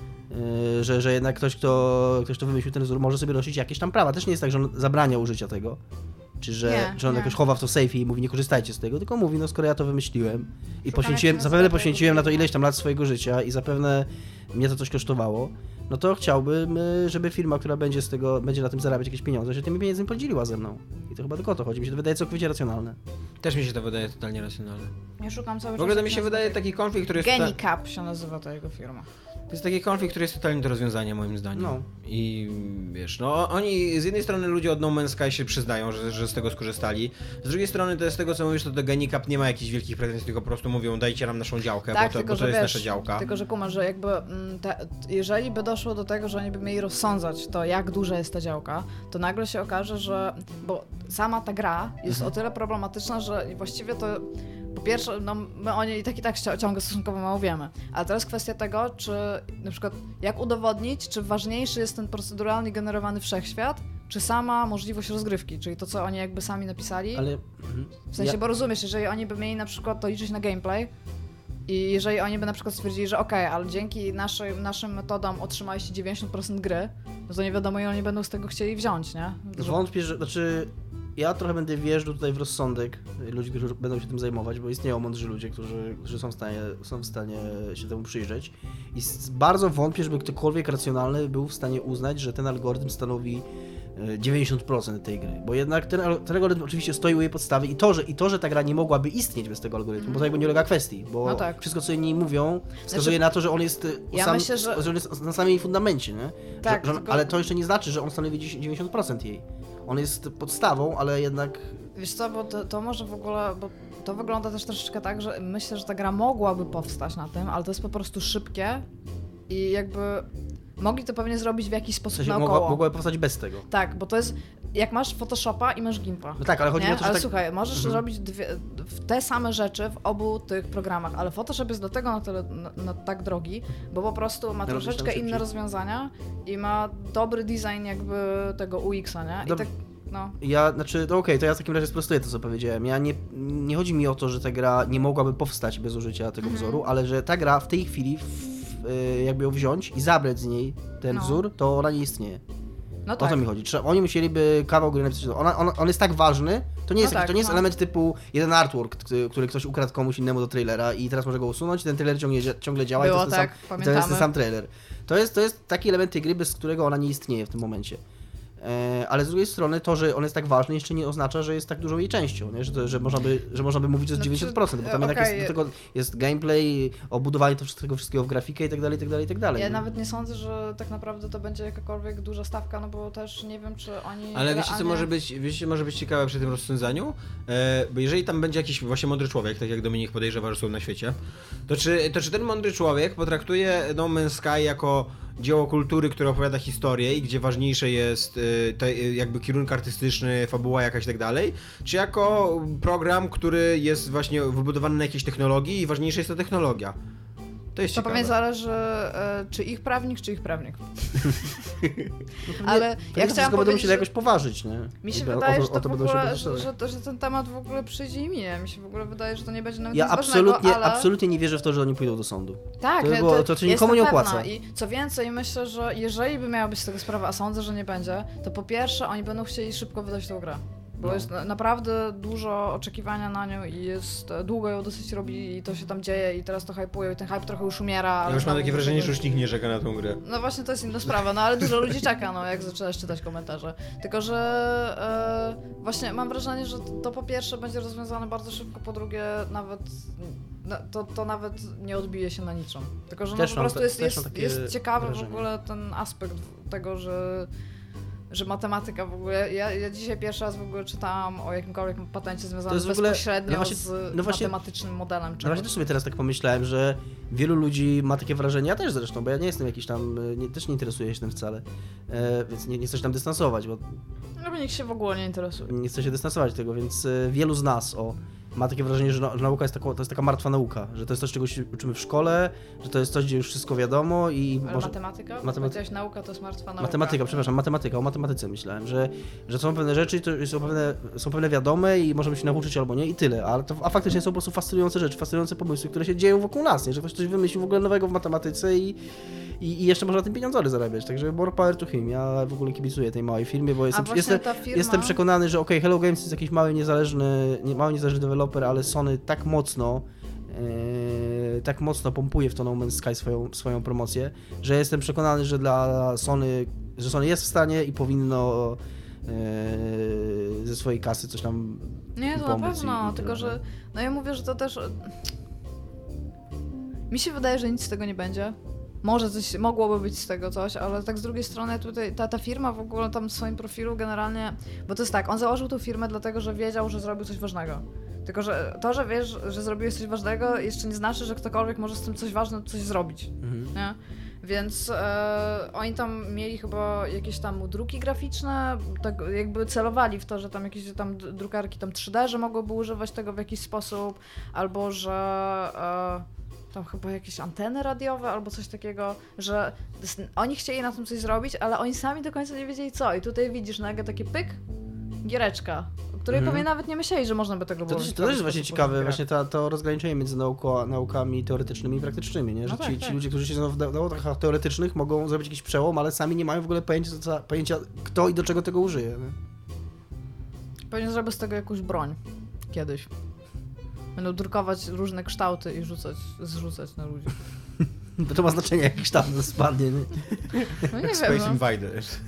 Yy, że, że jednak ktoś kto, ktoś, kto wymyślił ten wzór, może sobie nosić jakieś tam prawa. Też nie jest tak, że on zabrania użycia tego, czy że, nie, że on nie. jakoś chowa w to safe i mówi, nie korzystajcie z tego, tylko mówi, no skoro ja to wymyśliłem i poświęciłem, zapewne poświęciłem na to ileś tam lat swojego życia i zapewne mnie to coś kosztowało, no to chciałbym, żeby firma, która będzie z tego, będzie na tym zarabiać jakieś pieniądze, że tymi pieniędzmi podzieliła ze mną. I to chyba tylko o to chodzi. Mi się to wydaje całkowicie racjonalne. Też mi się to wydaje totalnie racjonalne. Ja szukam cały czas. W ogóle to mi się wydaje taki konflikt, który jest... Genicap się nazywa ta jego firma. To jest taki konflikt, który jest totalnie do rozwiązania moim zdaniem. No. I wiesz, no oni z jednej strony ludzie od No Man's Sky się przyznają, że, że z tego skorzystali. Z drugiej strony to jest tego, co mówisz, to do Genicap nie ma jakichś wielkich pretensji, tylko po prostu mówią, dajcie nam naszą działkę, tak, bo to, tylko, bo to jest wiesz, nasza działka. Tylko, że kumasz, że jakby te, jeżeli by doszło do tego, że oni by mieli rozsądzać to, jak duża jest ta działka, to nagle się okaże, że, bo sama ta gra jest mhm. o tyle problematyczna, że właściwie to po pierwsze, no my o niej i tak i tak ciągle stosunkowo mało wiemy, ale teraz kwestia tego, czy na przykład jak udowodnić, czy ważniejszy jest ten proceduralnie generowany wszechświat, czy sama możliwość rozgrywki, czyli to, co oni jakby sami napisali. Ale w sensie, ja... bo rozumiesz, jeżeli oni by mieli na przykład to liczyć na gameplay i jeżeli oni by na przykład stwierdzili, że okej, okay, ale dzięki naszej, naszym metodom otrzymaliście dziewięćdziesiąt procent gry, no to nie wiadomo, ile oni będą z tego chcieli wziąć, nie? Że... Wątpię, że, znaczy ja trochę będę wjeżdżał tutaj w rozsądek ludzi, którzy będą się tym zajmować, bo istnieją mądrzy ludzie, którzy, którzy są, w stanie, są w stanie się temu przyjrzeć i bardzo wątpię, żeby ktokolwiek racjonalny był w stanie uznać, że ten algorytm stanowi dziewięćdziesiąt procent tej gry, bo jednak ten, ten algorytm oczywiście stoi u jej podstawy i to, że, i to, że ta gra nie mogłaby istnieć bez tego algorytmu, mm. bo to jakby nie ulega kwestii, bo no tak. wszystko, co inni mówią, wskazuje znaczy, na to, że on jest, ja sam, myślę, że... że on jest na samym jej fundamencie, nie? Tak, że, że on, tylko... Ale to jeszcze nie znaczy, że on stanowi dziewięćdziesiąt procent jej. On jest podstawą, ale jednak... Wiesz co, bo to, to może w ogóle... Bo to wygląda też troszeczkę tak, że myślę, że ta gra mogłaby powstać na tym, ale to jest po prostu szybkie i jakby... Mogli to pewnie zrobić w jakiś sposób w sensie naokoło. Mogła, mogłaby powstać bez tego. Tak, bo to jest, jak masz Photoshopa i masz Gimpa. No tak, ale chodzi o to, że Ale tak... słuchaj, możesz mhm. zrobić dwie, te same rzeczy w obu tych programach, ale Photoshop jest do tego na tyle na, na tak drogi, bo po prostu ma troszeczkę inne rozwiązania i ma dobry design jakby tego U X-a, nie? I Dob- tak, no. Ja, znaczy, no okej, okay, to ja w takim razie sprostuję to, co powiedziałem. Ja nie, nie chodzi mi o to, że ta gra nie mogłaby powstać bez użycia tego mhm. wzoru, ale że ta gra w tej chwili w, jakby ją wziąć i zabrać z niej ten no. wzór, to ona nie istnieje. No tak. O to mi chodzi. Trzeba, oni musieliby kawał gry napisać. Ona, on, on jest tak ważny, to nie jest, no tak, to nie jest no. element typu jeden artwork, który, który ktoś ukradł komuś innemu do trailera i teraz może go usunąć, ten trailer ciągle, ciągle działa Było, i to jest, tak, ten sam, to jest ten sam trailer. To jest, to jest taki element tej gry, bez którego ona nie istnieje w tym momencie. Ale z drugiej strony to, że on jest tak ważny, jeszcze nie oznacza, że jest tak dużą jej częścią, nie? Że, to, że, można by, że można by mówić, że jest dziewięćdziesiąt procent, bo tam okay. jednak jest, do tego jest gameplay, obudowanie to wszystkiego, wszystkiego w grafikę i tak dalej, i tak dalej, i tak dalej. Ja nie? nawet nie sądzę, że tak naprawdę to będzie jakakolwiek duża stawka, no bo też nie wiem, czy oni... Ale wiecie, co może być, wiecie, może być ciekawe przy tym rozsądzaniu? E, bo jeżeli tam będzie jakiś właśnie mądry człowiek, tak jak Dominik podejrzewa, że są na świecie, to czy, to czy ten mądry człowiek potraktuje No Man's Sky jako dzieło kultury, które opowiada historię i gdzie ważniejsze jest te, jakby kierunek artystyczny, fabuła jakaś i tak dalej, czy jako program, który jest właśnie wybudowany na jakiejś technologii i ważniejsza jest ta technologia. To jest to ciekawe. To pewnie zależy, e, czy ich prawnik, czy ich prawnik. Ale ja chciałam powiedzieć, będą się jakoś poważyć, nie? Mi się wydaje, że, to to w ogóle, że, że, że ten temat w ogóle przyjdzie i minie. Mi się w ogóle wydaje, że to nie będzie nawet ja nic absolutnie, ważnego, ale... absolutnie nie wierzę w to, że oni pójdą do sądu. Tak, to, było, to, to, to nikomu nie opłaca. I co więcej, myślę, że jeżeli by miała być z tego sprawa, a sądzę, że nie będzie, to po pierwsze oni będą chcieli szybko wydać tę grę. Bo no. jest naprawdę dużo oczekiwania na nią i jest długo ją dosyć robi i to się tam dzieje i teraz to hypuje i ten hype trochę już umiera. Ja już mam takie wrażenie, że już nikt nie czeka na tą grę. No właśnie to jest inna sprawa, no ale dużo ludzi czeka, no jak zaczynasz czytać komentarze. Tylko, że e, właśnie mam wrażenie, że to, to po pierwsze będzie rozwiązane bardzo szybko, po drugie nawet no, to, to nawet nie odbije się na niczym. Tylko, że no, po prostu te, jest, jest, jest ciekawy wrażenie. W ogóle ten aspekt tego, że że matematyka w ogóle, ja, ja dzisiaj pierwszy raz w ogóle czytałam o jakimkolwiek patencie związanym bezpośrednio no właśnie, z no właśnie, matematycznym modelem. No właśnie też sobie teraz tak pomyślałem, że wielu ludzi ma takie wrażenie, ja też zresztą, bo ja nie jestem jakiś tam, nie, też nie interesuję się tym wcale, e, więc nie, nie chcę się tam dystansować, bo... No bo nikt się w ogóle nie interesuje. Nie chcę się dystansować tego, więc e, wielu z nas, o, ma takie wrażenie, że, no, że nauka jest, taką, to jest taka martwa nauka, że to jest coś, czego się uczymy w szkole, że to jest coś, gdzie już wszystko wiadomo i... Ale może... matematyka? Matematy- Powiedziałeś nauka to jest martwa nauka. Matematyka, przepraszam, matematyka, o matematyce myślałem, że, że są pewne rzeczy, to są pewne, są pewne wiadome i możemy się nauczyć albo nie i tyle, ale to, a faktycznie są po prostu fascynujące rzeczy, fascynujące pomysły, które się dzieją wokół nas, nie? Że ktoś coś wymyślił w ogóle nowego w matematyce i, i, i jeszcze można na tym pieniądze zarabiać, także more power to him, ja w ogóle kibicuję tej małej firmie, bo jestem, właśnie jestem, ta firma- jestem przekonany, że okej, okay, Hello Games jest jakiś mały niezależny, nie, mały niezależny deweloper, ale Sony tak mocno Yy, tak mocno pompuje w to No Man's Sky swoją, swoją promocję, że jestem przekonany, że dla Sony, że Sony jest w stanie i powinno yy, ze swojej kasy coś tam Nie, to pomóc na pewno, i, i tylko tyle. że no ja mówię, że to też mi się wydaje, że nic z tego nie będzie. Może coś, mogłoby być z tego coś, ale tak z drugiej strony tutaj ta, ta firma w ogóle tam w swoim profilu generalnie, bo to jest tak, on założył tą firmę dlatego, że wiedział, że zrobił coś ważnego. Tylko, że to, że wiesz, że zrobiłeś coś ważnego, jeszcze nie znaczy, że ktokolwiek może z tym coś ważnego coś zrobić, Mhm. nie? Więc e, oni tam mieli chyba jakieś tam druki graficzne, tak jakby celowali w to, że tam jakieś tam d- drukarki tam trzy D, że mogłyby używać tego w jakiś sposób, albo że e, tam chyba jakieś anteny radiowe, albo coś takiego, że s- oni chcieli na tym coś zrobić, ale oni sami do końca nie wiedzieli co. I tutaj widzisz nagle taki pyk, giereczka, o której Mhm. pewnie nawet nie myśleli, że można by tego To było też, w to też jest żaden właśnie sposób ciekawe, użyć w właśnie grach. ta, to rozgraniczenie między nauko, naukami teoretycznymi i praktycznymi, nie? Że No ci, tak, ci tak. ludzie, którzy siedzą w nau- naukach teoretycznych mogą zrobić jakiś przełom, ale sami nie mają w ogóle pojęcia, co- pojęcia kto i do czego tego użyje. Nie? Pewnie zrobię z tego jakąś broń. Kiedyś. Będą drukować różne kształty i rzucać, zrzucać na ludzi. Bo to ma znaczenie, jakiś tam spadnie. Nie? No nie Space wiem, no. Invaders.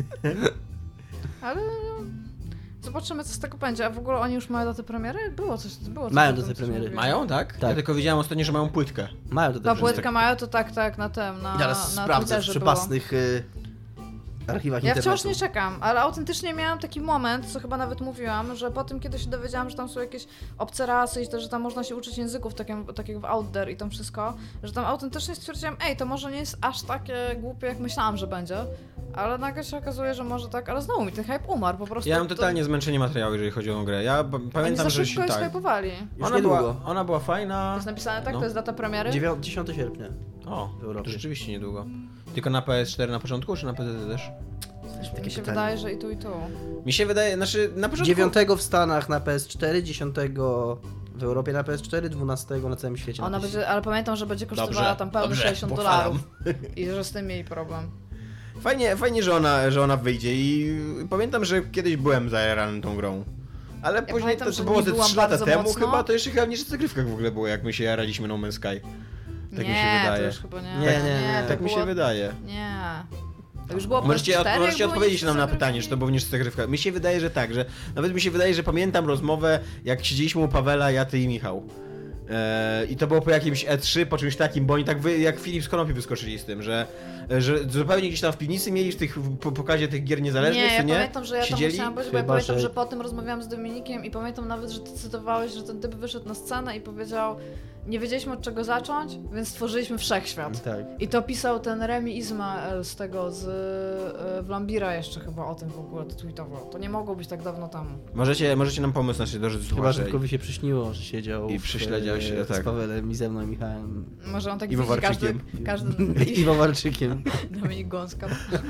Ale no, zobaczymy, co z tego będzie. A w ogóle oni już mają datę premiery? Było coś, było coś Mają o tym, datę coś premiery. mówili. Mają, tak? Tak. Ja tylko widziałem ostatnio, że mają płytkę. Mają to Ta też. płytka mają, to tak, tak, na tym, na, Teraz na sprawdzę w Twitterze przepasnych y, archiwach Ja internetu. wciąż nie czekam, ale autentycznie miałam taki moment, co chyba nawet mówiłam, że po tym, kiedy się dowiedziałam, że tam są jakieś obce rasy i to, że tam można się uczyć języków, tak jak, tak jak w Out There i tam wszystko, że tam autentycznie stwierdziłam, ej, to może nie jest aż takie głupie, jak myślałam, że będzie, ale nagle się okazuje, że może tak, ale znowu mi ten hype umarł, po prostu. Ja mam to- totalnie zmęczenie materiału, jeżeli chodzi o tą grę. Ja b- Oni pamiętam, za że szybko się je tak. hypowali. Już Ona niedługo. była, ona była To fajna. jest napisane tak, No. to jest data premiery? Dziewią- dziesiątego sierpnia. O, w Europie. to rzeczywiście niedługo. Tylko na P S cztery na początku, czy na P C też? Takie Mi się pytanie. wydaje, że i tu, i tu. Mi się wydaje, znaczy na początku... dziewiątego w Stanach na P S cztery, dziesiątego w Europie na P S cztery, dwunastego na całym świecie. Ona na P C. będzie, ale pamiętam, że będzie kosztowała Dobrze, tam pełne dobrze, sześćdziesiąt pochwalam. dolarów i że z tym mieli problem. Fajnie, fajnie że, ona, że ona wyjdzie i pamiętam, że kiedyś byłem zajarany tą grą. Ale później pamiętam, to, że to było nie ze byłam trzy lata bardzo temu mocno. chyba, to jeszcze chyba w niższych zagrywkach w ogóle było, jak my się jaraliśmy No Man's Sky. Tak nie, mi się wydaje. to już chyba nie. Nie, nie, nie. to Tak mi było... się wydaje. Nie. To już było Możecie, P S od, cztery, możecie jak były odpowiedzieć nam na niższe pytanie, czy to zagrywki? było w niższych zagrywkach. Mi się wydaje, że tak, że nawet mi się wydaje, że pamiętam rozmowę, jak siedzieliśmy u Pawela, ja, ty i Michał. Eee, I to było po jakimś E trzy, po czymś takim, bo oni tak wy, jak Filip z Konopi wyskoczyli z tym, że, że zupełnie gdzieś tam w piwnicy mieli w tych w po pokazie tych gier niezależnych, Nie, co ja nie? pamiętam, że ja tam Siedzieli? musiałam być, bo ja Chyba, pamiętam, że- że po tym rozmawiałam z Dominikiem i pamiętam nawet, że ty cytowałeś, że ten typ wyszedł na scenę i powiedział, nie wiedzieliśmy od czego zacząć, więc stworzyliśmy wszechświat. Tak. I to pisał ten Remi Ismael z tego, z y, Vlambira jeszcze chyba o tym w ogóle to tweetował. To nie mogło być tak dawno temu. Możecie, możecie nam pomóc na się dożyć Chyba, słuchaczy. że tylko mi się przyśniło, że siedział I w- przyśledział się, z tak. Pawelem i ze mną i Michałem. Może on tak Iwo widzi każdy, Warczykiem. każdy I Wawarczykiem. Dominik Gąska.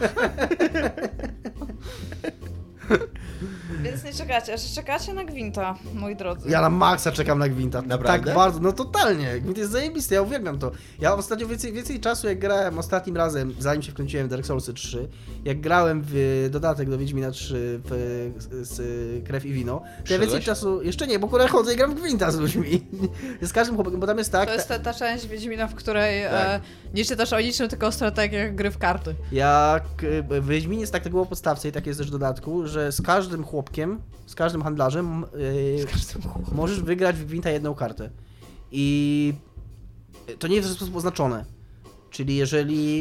Więc nie czekacie, że czekacie na Gwinta, moi drodzy. Ja na maksa czekam na Gwinta. Naprawdę? Tak bardzo, no totalnie. Gwint jest zajebisty, ja uwielbiam to. Ja ostatnio więcej, więcej czasu jak grałem ostatnim razem, zanim się wkręciłem w Dark Soulsy trzy, jak grałem w dodatek do Wiedźmina trzy w, z, z Krew i Wino, to ja więcej Wszedłeś? czasu, jeszcze nie, bo kurwa chodzę i gram w Gwinta z ludźmi. Z każdym chłopakiem, bo tam jest tak, To jest ta, ta część Wiedźmina, w której Tak. e, nie czytasz o niczym, tylko o strategiach gry w karty. jak y, w Wiedźminie jest tak, to było w podstawce i tak jest też w dodatku, że z każdym chłopkiem, z każdym handlarzem yy, możesz wygrać w Gwinta jedną kartę. I to nie jest w sposób oznaczony. Czyli jeżeli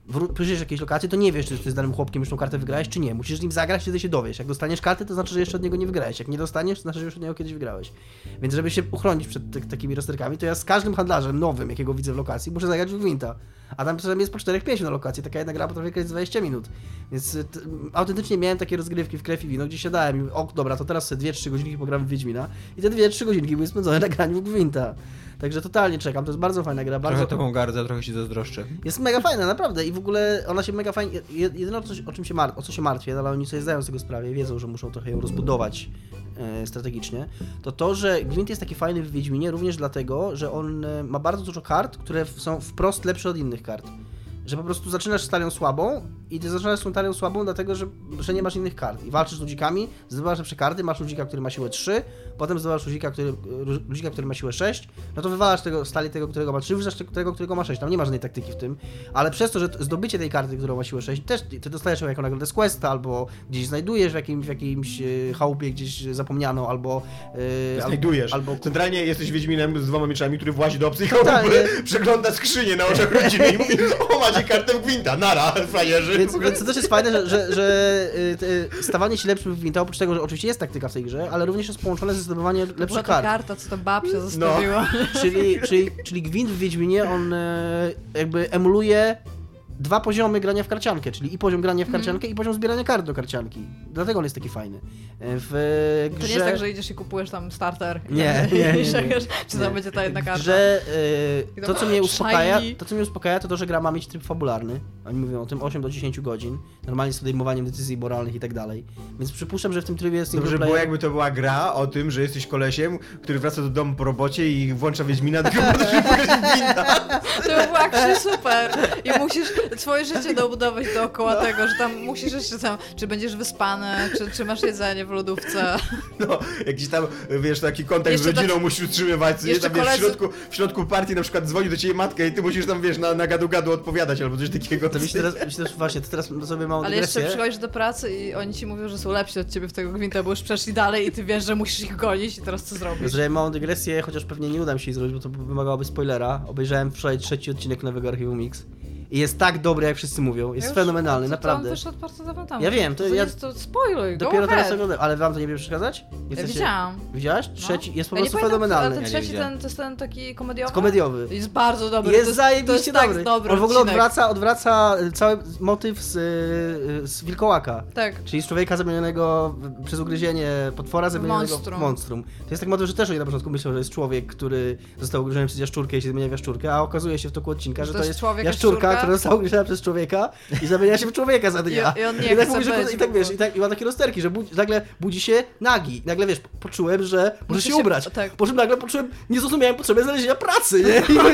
przyjdziesz jakiejś lokacji, to nie wiesz, czy ty z danym chłopkiem już tą kartę wygrałeś, czy nie. Musisz z nim zagrać, wtedy się dowiesz. Jak dostaniesz kartę, to znaczy, że jeszcze od niego nie wygrałeś. Jak nie dostaniesz, to znaczy, że już od niego kiedyś wygrałeś. Więc żeby się uchronić przed t- takimi rozterkami, to ja z każdym handlarzem nowym, jakiego widzę w lokacji, muszę zagrać w Gwinta. A tam czasami jest po cztery pięć na lokacji, taka jedna gra potrafi grać dwadzieścia minut. Więc t- autentycznie miałem takie rozgrywki w Krew i Wino, gdzie siadałem i o, dobra, to teraz sobie dwie trzy godzinki pogram w Wiedźmina i te dwie trzy godzinki były spędzone na graniu w Gwinta. Także totalnie czekam, to jest bardzo fajna gra. Bardzo... Trochę taką gardzę, trochę się zazdroszczę. Jest mega fajna, naprawdę i w ogóle ona się mega fajnie... Jedyne o, coś, o, czym się mar... o co się martwię, ale oni sobie zdają z tego sprawę i wiedzą, że muszą trochę ją rozbudować e, strategicznie, to to, że Gwint jest taki fajny w Wiedźminie również dlatego, że on e, ma bardzo dużo kart, które są wprost lepsze od innych kart. Że po prostu zaczynasz z talią słabą i ty zaczynasz z tą talią słabą dlatego, że, że nie masz innych kart. I walczysz z ludzikami, zdobywasz lepsze karty, masz ludzika, który ma siłę trzy, potem zdobywasz ludzika, który, ludzika, który ma siłę sześć, no to wywalasz tego, z talii tego, którego ma trzy, wyrzucasz tego, którego ma sześć. Tam nie ma żadnej taktyki w tym, ale przez to, że zdobycie tej karty, którą ma siłę sześć, też ty dostajesz ją jako nagrodę z questa, albo gdzieś znajdujesz w, jakim, w jakimś chałupie gdzieś zapomnianą, albo... Yy, Znajdujesz. Albo... Centralnie jesteś Wiedźminem z dwoma mieczami, który włazi do obcej chałupy, przegląda skrzynię na oczach rodziny i mówi: o, macie kartę w Gwinta, nara, frajerzy. Więc, więc to też jest fajne, że, że, że y, stawanie się lepszym w Gwinta, oprócz tego, że oczywiście jest taktyka w tej grze, ale również jest połączone ze zdobywaniem lepszych Była ta kart. karta, co to babcia zostawiła. No. Czyli, czyli, czyli Gwint w Wiedźminie, on e, jakby emuluje dwa poziomy grania w karciankę, czyli i poziom grania w karciankę, mm. i poziom zbierania kart do karcianki. Dlatego on jest taki fajny. W grze... To nie jest tak, że idziesz i kupujesz tam starter. Nie, nie, nie, nie, nie. Czy tam będzie ta jedna karta. W grze e, to, co mnie uspokaja, shiny. to, co mnie uspokaja, to to, że gra ma mieć tryb fabularny. Oni mówią o tym osiem do dziesięciu godzin, normalnie z podejmowaniem decyzji moralnych i tak dalej. Więc przypuszczam, że w tym trybie jest Dobrze było, jakby to była gra o tym, że jesteś kolesiem, który wraca do domu po robocie i włącza Wiedźmina, tylko po to, żeby pograć w Gwinta. To by było actually super. I musisz twoje życie dobudować dookoła tego, że tam musisz jeszcze tam, czy będziesz wyspany, czy, czy masz jedzenie w lodówce. No, jakiś tam, wiesz, taki kontakt Jeszcze z rodziną tak- musisz utrzymywać, nie, jeszcze tam, wiesz, koledzy- w, środku, w środku partii na przykład dzwoni do ciebie matka i ty musisz tam, wiesz, na, na gadu-gadu odpowiadać albo coś takiego. To mi się teraz, mi się też właśnie, to teraz sobie małą Ale dygresję. jeszcze przychodzisz do pracy i oni ci mówią, że są lepsi od ciebie w tego Gwinta, bo już przeszli dalej i ty wiesz, że musisz ich gonić i teraz co zrobisz? Zrobię małą dygresję, chociaż pewnie nie uda mi się jej zrobić, bo to wymagałoby spoilera. Obejrzałem wczoraj trzeci odcinek nowego Archiwum Mix. I jest tak dobry, jak wszyscy mówią. Jest Ja już- fenomenalny, to, naprawdę. To on wyszedł bardzo dawno temu. Ja wiem, to to ja- jest to spoiluj, go Dopiero teraz ahead. oglądam, ale wam to nie będzie przeszkadzać? Nie Ja chcecie- widziałam. Widziałaś? Trzeci jest po Ja nie prostu pamiętam, fenomenalny. Ale ten Ja nie trzeci, widziałem. ten, to jest ten taki komediowy? Komediowy. Jest bardzo dobry. Jest to jest, zajebiście to jest dobry. Tak dobry On w ogóle odcinek. odwraca, odwraca cały motyw z, y, z Wilkołaka. Tak. Czyli z człowieka zamienionego przez ugryzienie potwora zamienionego Monstrum. w monstrum. To jest tak motyw, że też oni na początku myślą, że jest człowiek, który został ugryziony przez jaszczurkę i się zamienia w jaszczurkę, a okazuje się w toku odcinka, że to jest człowiek, jaszczurka, jaszczurka. która została ugryziona przez człowieka i zamienia się w człowieka za dnia. I- i on nie I tak chce mówi, że być i tak w wiesz, ogóle. i, tak, i ma takie rozterki, że budzi, nagle budzi się nagi. Nagle wiesz, poczułem, że muszę Muszę się, się- ubrać. tak. Po czym nagle poczułem, nie zrozumiałem potrzeby znalezienia pracy, nie? I,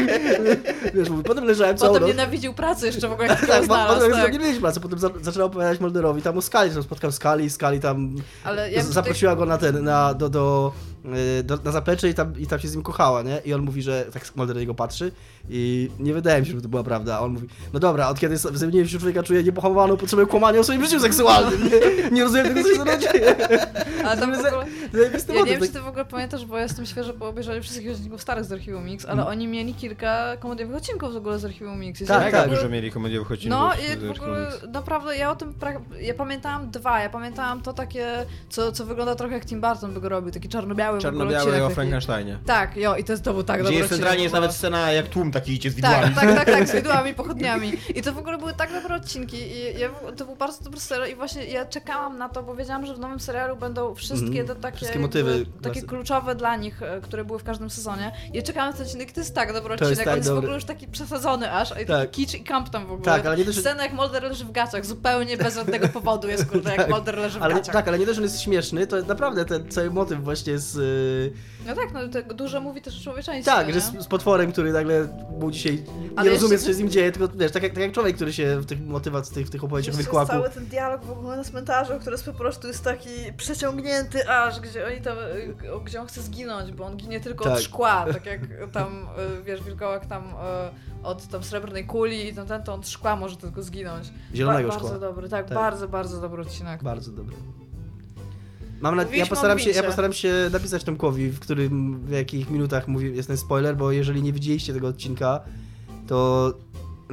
wiesz, mówi, potem leżałem całą Potem noc. nienawidził pracy jeszcze w ogóle, jak Tak, tak, bo znalazł. potem Tak. nie mieliśmy pracy, potem za, zaczęła opowiadać Molderowi tam o Skali, tam spotkał Skali, Skali tam Ale ja z- zaprosiła go na ten, na, do, do, y, do, na zaplecze i tam, i tam się z nim kochała, nie? I on mówi, że tak Molder na niego patrzy i nie wydaje mi się, że to była prawda, a on mówi, no dobra, od kiedy zamieniłem się w człowieka, czuję niepohamowaną potrzebę kłamania o swoim życiu seksualnym, nie, nie rozumiem tego, co się za dzieje. Ale tam w ogóle... Zajebisty Ja nie motyw, wiem, czy tak- ty w ogóle pamiętasz, bo ja jestem świeżo po obejrzeniu wszystkich odcinków starych z Archiwum Mix, ale Mm. oni mieli kilka komediowych odcinków w ogóle z Archiwum Mix. I Tak, ja w Tak, ogóle- dużo mieli komediowych odcinków. No z i w Archiwum ogóle Mix. naprawdę ja o tym, pra... ja pamiętałam dwa, ja pamiętałam to takie, co, co wygląda trochę jak Tim Burton by go robił, taki czarno-biały w ogóle Czarno-biały odcinek o taki- Frankensteinie. Tak, jo, i to, jest, to był tak Gdzie dobry jest odcinek centralnie w jest ogóle. nawet scena, jak tłum taki idzie z widłami. Tak, tak, tak, tak, z widłami, pochodniami. I to w ogóle były tak dobre odcinki i ja, to był bardzo dobry serial i właśnie ja czekałam na to, bo wiedziałam, że w nowym serialu będą wszystkie Mhm. te takie, Wszystkie motywy jakby, takie klasy. kluczowe dla nich, e, które były w każdym sezonie. Ja czekałam na ten odcinek, to jest tak dobry To jest odcinek, tak on jest w dobry. ogóle już taki przesadzony aż, i Tak. taki kicz i kamp tam w ogóle. Tak, ale nie też- Scena jak Mulder leży w gaciach, zupełnie bez żadnego powodu jest, kurde, jak Tak. Mulder leży w ale, gaciach. tak, ale nie też, że on jest śmieszny, to naprawdę ten cały motyw właśnie z... y, No tak, no to dużo mówi też o człowieczeństwie. Tak, nie? że z, z potworem, który nagle budzi się i nie Ale rozumie, jeszcze- co się z nim dzieje, tylko wiesz, tak jak, tak jak człowiek, który się w tych motywach, w tych, w tych opowieściach Jeszcze Wilkołaku... jest cały ten dialog w ogóle na cmentarzu, który jest po prostu jest taki przeciągnięty aż, gdzie oni tam, y, gdzie on chce zginąć, bo on ginie tylko Tak. od szkła, tak jak tam, y, wiesz, wilkołak tam y, od tam srebrnej kuli i tam ten, to od szkła może tylko zginąć. Zielonego ba- szkła. Bardzo dobry, tak, Tak. bardzo, bardzo dobry odcinek. Bardzo dobry. Mam na, ja, Mówiliśmy postaram o się, ja Gwincie. postaram się napisać Tomkowi, w którym, w jakich minutach mówi, jest ten spoiler, bo jeżeli nie widzieliście tego odcinka, to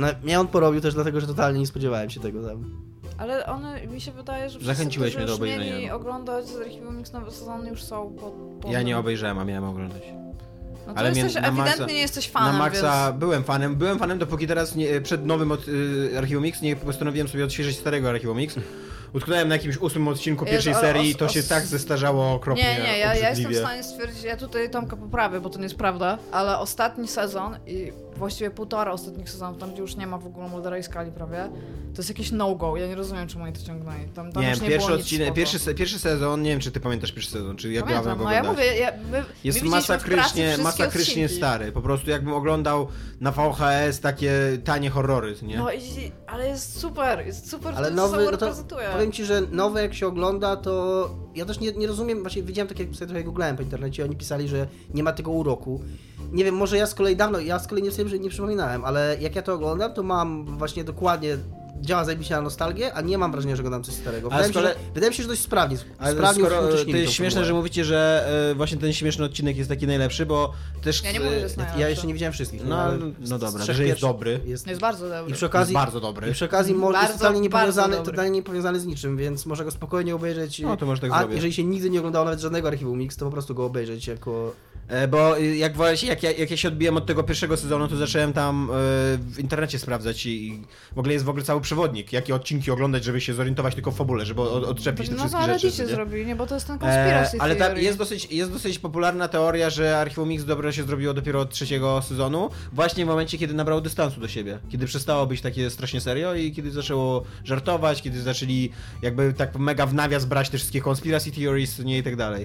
No, mnie on porobił też dlatego, że totalnie nie spodziewałem się tego tam. Ale one, mi się wydaje, że Zachęciłeś wszyscy, mnie do którzy już obejrzenia. mieli oglądać z Archiwum Mix nowe sezony już są po, po Ja nie obejrzałem, a miałem oglądać. No to Ale mnie jesteś, na ewidentnie Maxa- nie jesteś fanem, Na Maxa więc... byłem fanem, byłem fanem dopóki teraz nie, przed nowym od, y, Archiwum Mix nie postanowiłem sobie odświeżyć starego Archiwum Mix. Utknąłem na jakimś ósmym odcinku Jezu, pierwszej ale serii i os- to się os- tak zestarzało okropnie, Nie, nie, ja, ja jestem w obrzydliwie. stanie stwierdzić, ja tutaj Tomka poprawię, bo to nie jest prawda, ale ostatni sezon i właściwie półtora ostatnich sezonów, tam gdzie już nie ma w ogóle Muldera i Skali prawie, to jest jakiś no-go, ja nie rozumiem, czemu oni to ciągnęli. Tam, tam Nie już wiem, nie pierwszy było nic odcinek, spoko. pierwszy, se- pierwszy sezon, nie wiem czy ty pamiętasz pierwszy sezon, czy jak Pamiętam, miałem go no ja oglądać. mówię, ja, my, Jest my widzieliśmy w pracy masakrycznie, wszystkie masakrycznie odcinki. stary. Po prostu jakbym oglądał na V H S takie tanie horrory, nie? No i, ale jest super, jest super, Ale to nowy, sobą no to reprezentuje. powiem ci, że nowe jak się ogląda, to ja też nie, nie rozumiem, właśnie widziałem tak jak sobie trochę googlałem po internecie, oni pisali, że nie ma tego uroku. Nie wiem, może ja z kolei dawno, ja z kolei nie sobie że nie przypominałem, ale jak ja to oglądam, to mam właśnie dokładnie, działa zajebiście na nostalgię, a nie mam wrażenia, że oglądam coś starego. Ale Wydaje, mi się, skoro- że, wydaje mi się, że dość sprawnie, Ale sprawnie skoro współcześnili to jest tą śmieszne, formułę. że mówicie, że e, właśnie ten śmieszny odcinek jest taki najlepszy, bo też... Ja nie mówię, że jest Ja, najlepszy. ja jeszcze nie widziałem wszystkich. No, ale no z- dobra, z trzech że jest pierwszych dobry. Jest, Jest bardzo dobry. I przy okazji, Jest bardzo dobry. I przy okazji może Bardzo, jest totalnie bardzo niepowiązany, dobry. totalnie niepowiązany z niczym, więc można go spokojnie obejrzeć. No, to może tak a zrobię. jeżeli się nigdy nie oglądało nawet żadnego Archiwum Mix, to po prostu go obejrzeć jako... E, Bo y, jak właśnie, jak ja, jak ja się odbiłem od tego pierwszego sezonu, to zacząłem tam e, w internecie sprawdzać i, i w ogóle jest w ogóle cały przewodnik, jakie odcinki oglądać, żeby się zorientować tylko w fabule, żeby od, odczepić te No wszystkie to rzeczy. Reddicie nie? zrobili, nie? Bo to jest ten conspiracy E, ale ta, theory. jest, dosyć, jest dosyć popularna teoria, że Archiwum Mix dobre się zrobiło dopiero od trzeciego sezonu, właśnie w momencie, kiedy nabrało dystansu do siebie. Kiedy przestało być takie strasznie serio i kiedy zaczęło żartować, kiedy zaczęli jakby tak mega w nawias brać te wszystkie conspiracy theories, nie i tak dalej.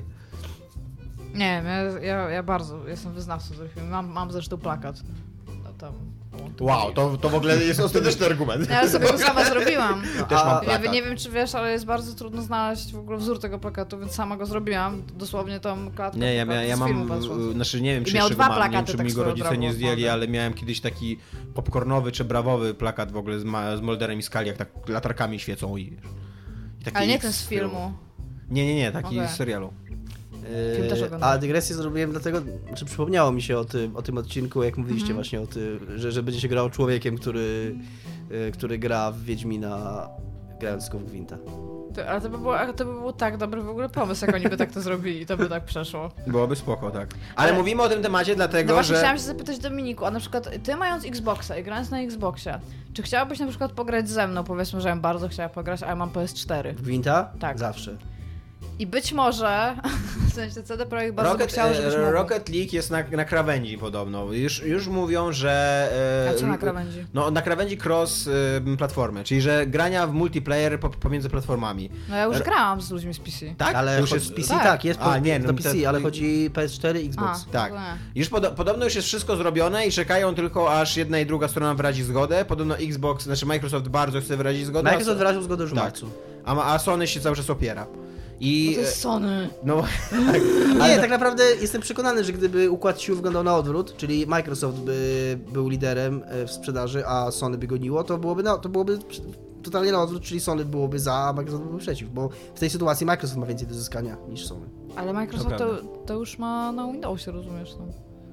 Nie wiem, ja, ja, ja bardzo jestem wyznawcą tego filmu. Mam, mam zresztą plakat. No tam. Wow, to, to w ogóle jest ostateczny argument. Ja sobie to sama zrobiłam. Też mam A- plakat. Ja nie wiem, czy wiesz, ale jest bardzo trudno znaleźć w ogóle wzór tego plakatu, więc sama go zrobiłam. Dosłownie tą klatkę. Nie, ja, po ja, ja z filmu mam, patrząc. znaczy nie wiem I czy miał jeszcze dwa go mam, nie wiem plakaty, czy tak mi go swoją rodzice drogą, nie zdjęli, mogę. ale miałem kiedyś taki popcornowy czy brawowy plakat w ogóle z, ma, z Molderem i Skali, jak tak latarkami świecą i, i taki Ale nie X ten z filmu. Nie, nie, nie, taki Okej. z serialu. Film też Yy, oglądałem. a dygresję zrobiłem dlatego, że przypomniało mi się o tym, o tym odcinku, jak mówiliście Mhm. właśnie o tym, że, że będzie się grał człowiekiem, który, yy, który gra w Wiedźmina, grając tylko w Gwinta. To, ale to by, było, ale to by był tak dobry w ogóle pomysł, jak oni by tak to zrobili i to by tak przeszło. Byłoby spoko, tak. Ale, Ale- mówimy o tym temacie dlatego, No właśnie że... chciałam się zapytać Dominiku, a na przykład ty mając Xboxa i grając na Xboxie, czy chciałabyś na przykład pograć ze mną? Powiedzmy, że ja bym bardzo chciała pograć, a ja mam P S cztery. W Gwinta? Tak. Zawsze. I być może, w sensie C D Projekt bardzo by Rocket, chciał, żebyś e, mógł. Rocket League jest na, na krawędzi podobno. Już, już mówią, że... e, A co na krawędzi? No na krawędzi cross e, platformy, czyli że grania w multiplayer po, pomiędzy platformami. No ja już R- grałam z ludźmi z P C. Tak? Ale To już chodzi- jest P C tak. tak, jest A, po, nie, no do P C, te- ale chodzi P S cztery, Xbox. A, Tak. to nie. Już podo- podobno już jest wszystko zrobione i czekają tylko aż jedna i druga strona wyrazi zgodę. Podobno Xbox, znaczy Microsoft bardzo chce wyrazić zgodę. Microsoft wyraził zgodę już w Tak. marcu. a, a Sony się cały czas opiera. I... No to jest Sony. No, Nie, tak naprawdę jestem przekonany, że gdyby układ sił wyglądał na odwrót, czyli Microsoft by był liderem e, w sprzedaży, a Sony by goniło, to byłoby, na, to byłoby przy- totalnie na odwrót, czyli Sony byłoby za, a Microsoft byłby przeciw, bo w tej sytuacji Microsoft ma więcej do zyskania niż Sony. Ale Microsoft To to, prawda. to już ma na Windowsie, rozumiesz? No.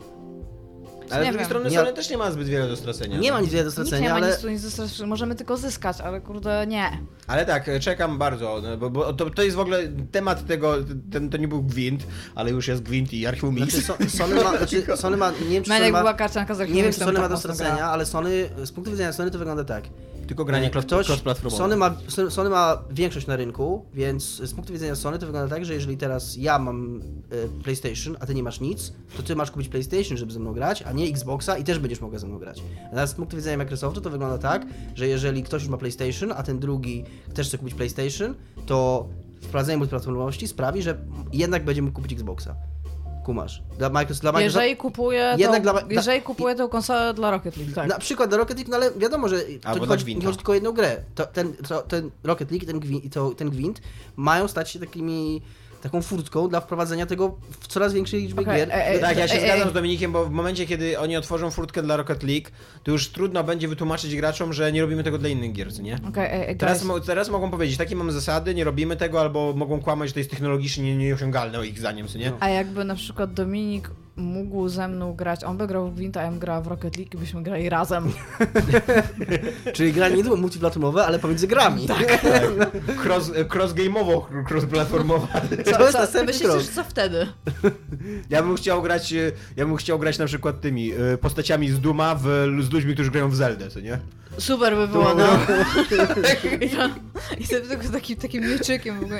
ale z Nie drugiej wiem. strony Nie- Sony też nie ma zbyt wiele do stracenia. Nie ma nic wiele do Nikt nie stracenia, ma ale nic tu nic do strachu, możemy tylko zyskać, ale kurde nie. Ale tak, czekam bardzo, no, bo, bo to, to jest w ogóle temat tego, ten, to nie był Gwint, ale już jest Gwint i Archiwum Mix. znaczy, so, Sony ma, znaczy, Sony ma, nie wiem czy Sony Menek ma, była karcianka z nie wiem Archiwum czy Sony tak ma do mocno stracenia, grała. ale Sony, z punktu widzenia Sony to wygląda tak. Tylko granie cross, Ktoś, cross-platformowe. Sony ma, Sony ma większość na rynku, więc z punktu widzenia Sony to wygląda tak, że jeżeli teraz ja mam e, PlayStation, a ty nie masz nic, to ty masz kupić PlayStation, żeby ze mną grać, a nie Xboxa i też będziesz mogła ze mną grać. Natomiast z punktu widzenia Microsoftu to wygląda tak, że jeżeli ktoś już ma PlayStation, a ten drugi też chce kupić PlayStation, to wprowadzenie multiplatformowości sprawi, że jednak będzie mógł kupić Xboxa. Kumasz. Dla Microsoft, dla Microsoft Jeżeli kupuje, Jednak tą, dla- dla- jeżeli kupuje tą konsolę dla Rocket League, tak. Na przykład do Rocket League, no ale wiadomo, że to Albo nie dla chodzi, Gwinta. nie chodzi tylko o jedną grę. To, ten, to, ten Rocket League i ten, Gwint, i to, ten Gwint mają stać się takimi, taką furtką dla wprowadzenia tego w coraz większej liczbie Okej, gier. e, e, Tak, ja się Ej, ej, zgadzam ej. z Dominikiem, bo w momencie, kiedy oni otworzą furtkę dla Rocket League, to już trudno będzie wytłumaczyć graczom, że nie robimy tego dla innych gier, co nie? Okej, ej, ej, Teraz, guys. mo- teraz mogą powiedzieć, takie mamy zasady, nie robimy tego, albo mogą kłamać, że to jest technologicznie nieosiągalne, o ich zdaniem, co nie? No. A jakby na przykład Dominik mógł ze mną grać, on by grał w Gwinta, a ja bym grała w Rocket League i byśmy grali razem. Czyli gra nie tylko multiplatformowe, ale pomiędzy grami. Tak. Cross, cross-game'owo, cross-platformowa. Co, To jest co, następny myślisz, krok. że co wtedy? Ja bym chciał grać, ja bym chciał grać na przykład tymi y, postaciami z Duma w, z ludźmi, którzy grają w Zeldę, co nie? Super by było, no. I, tam, i sobie tylko z takim, takim mieczykiem w ogóle.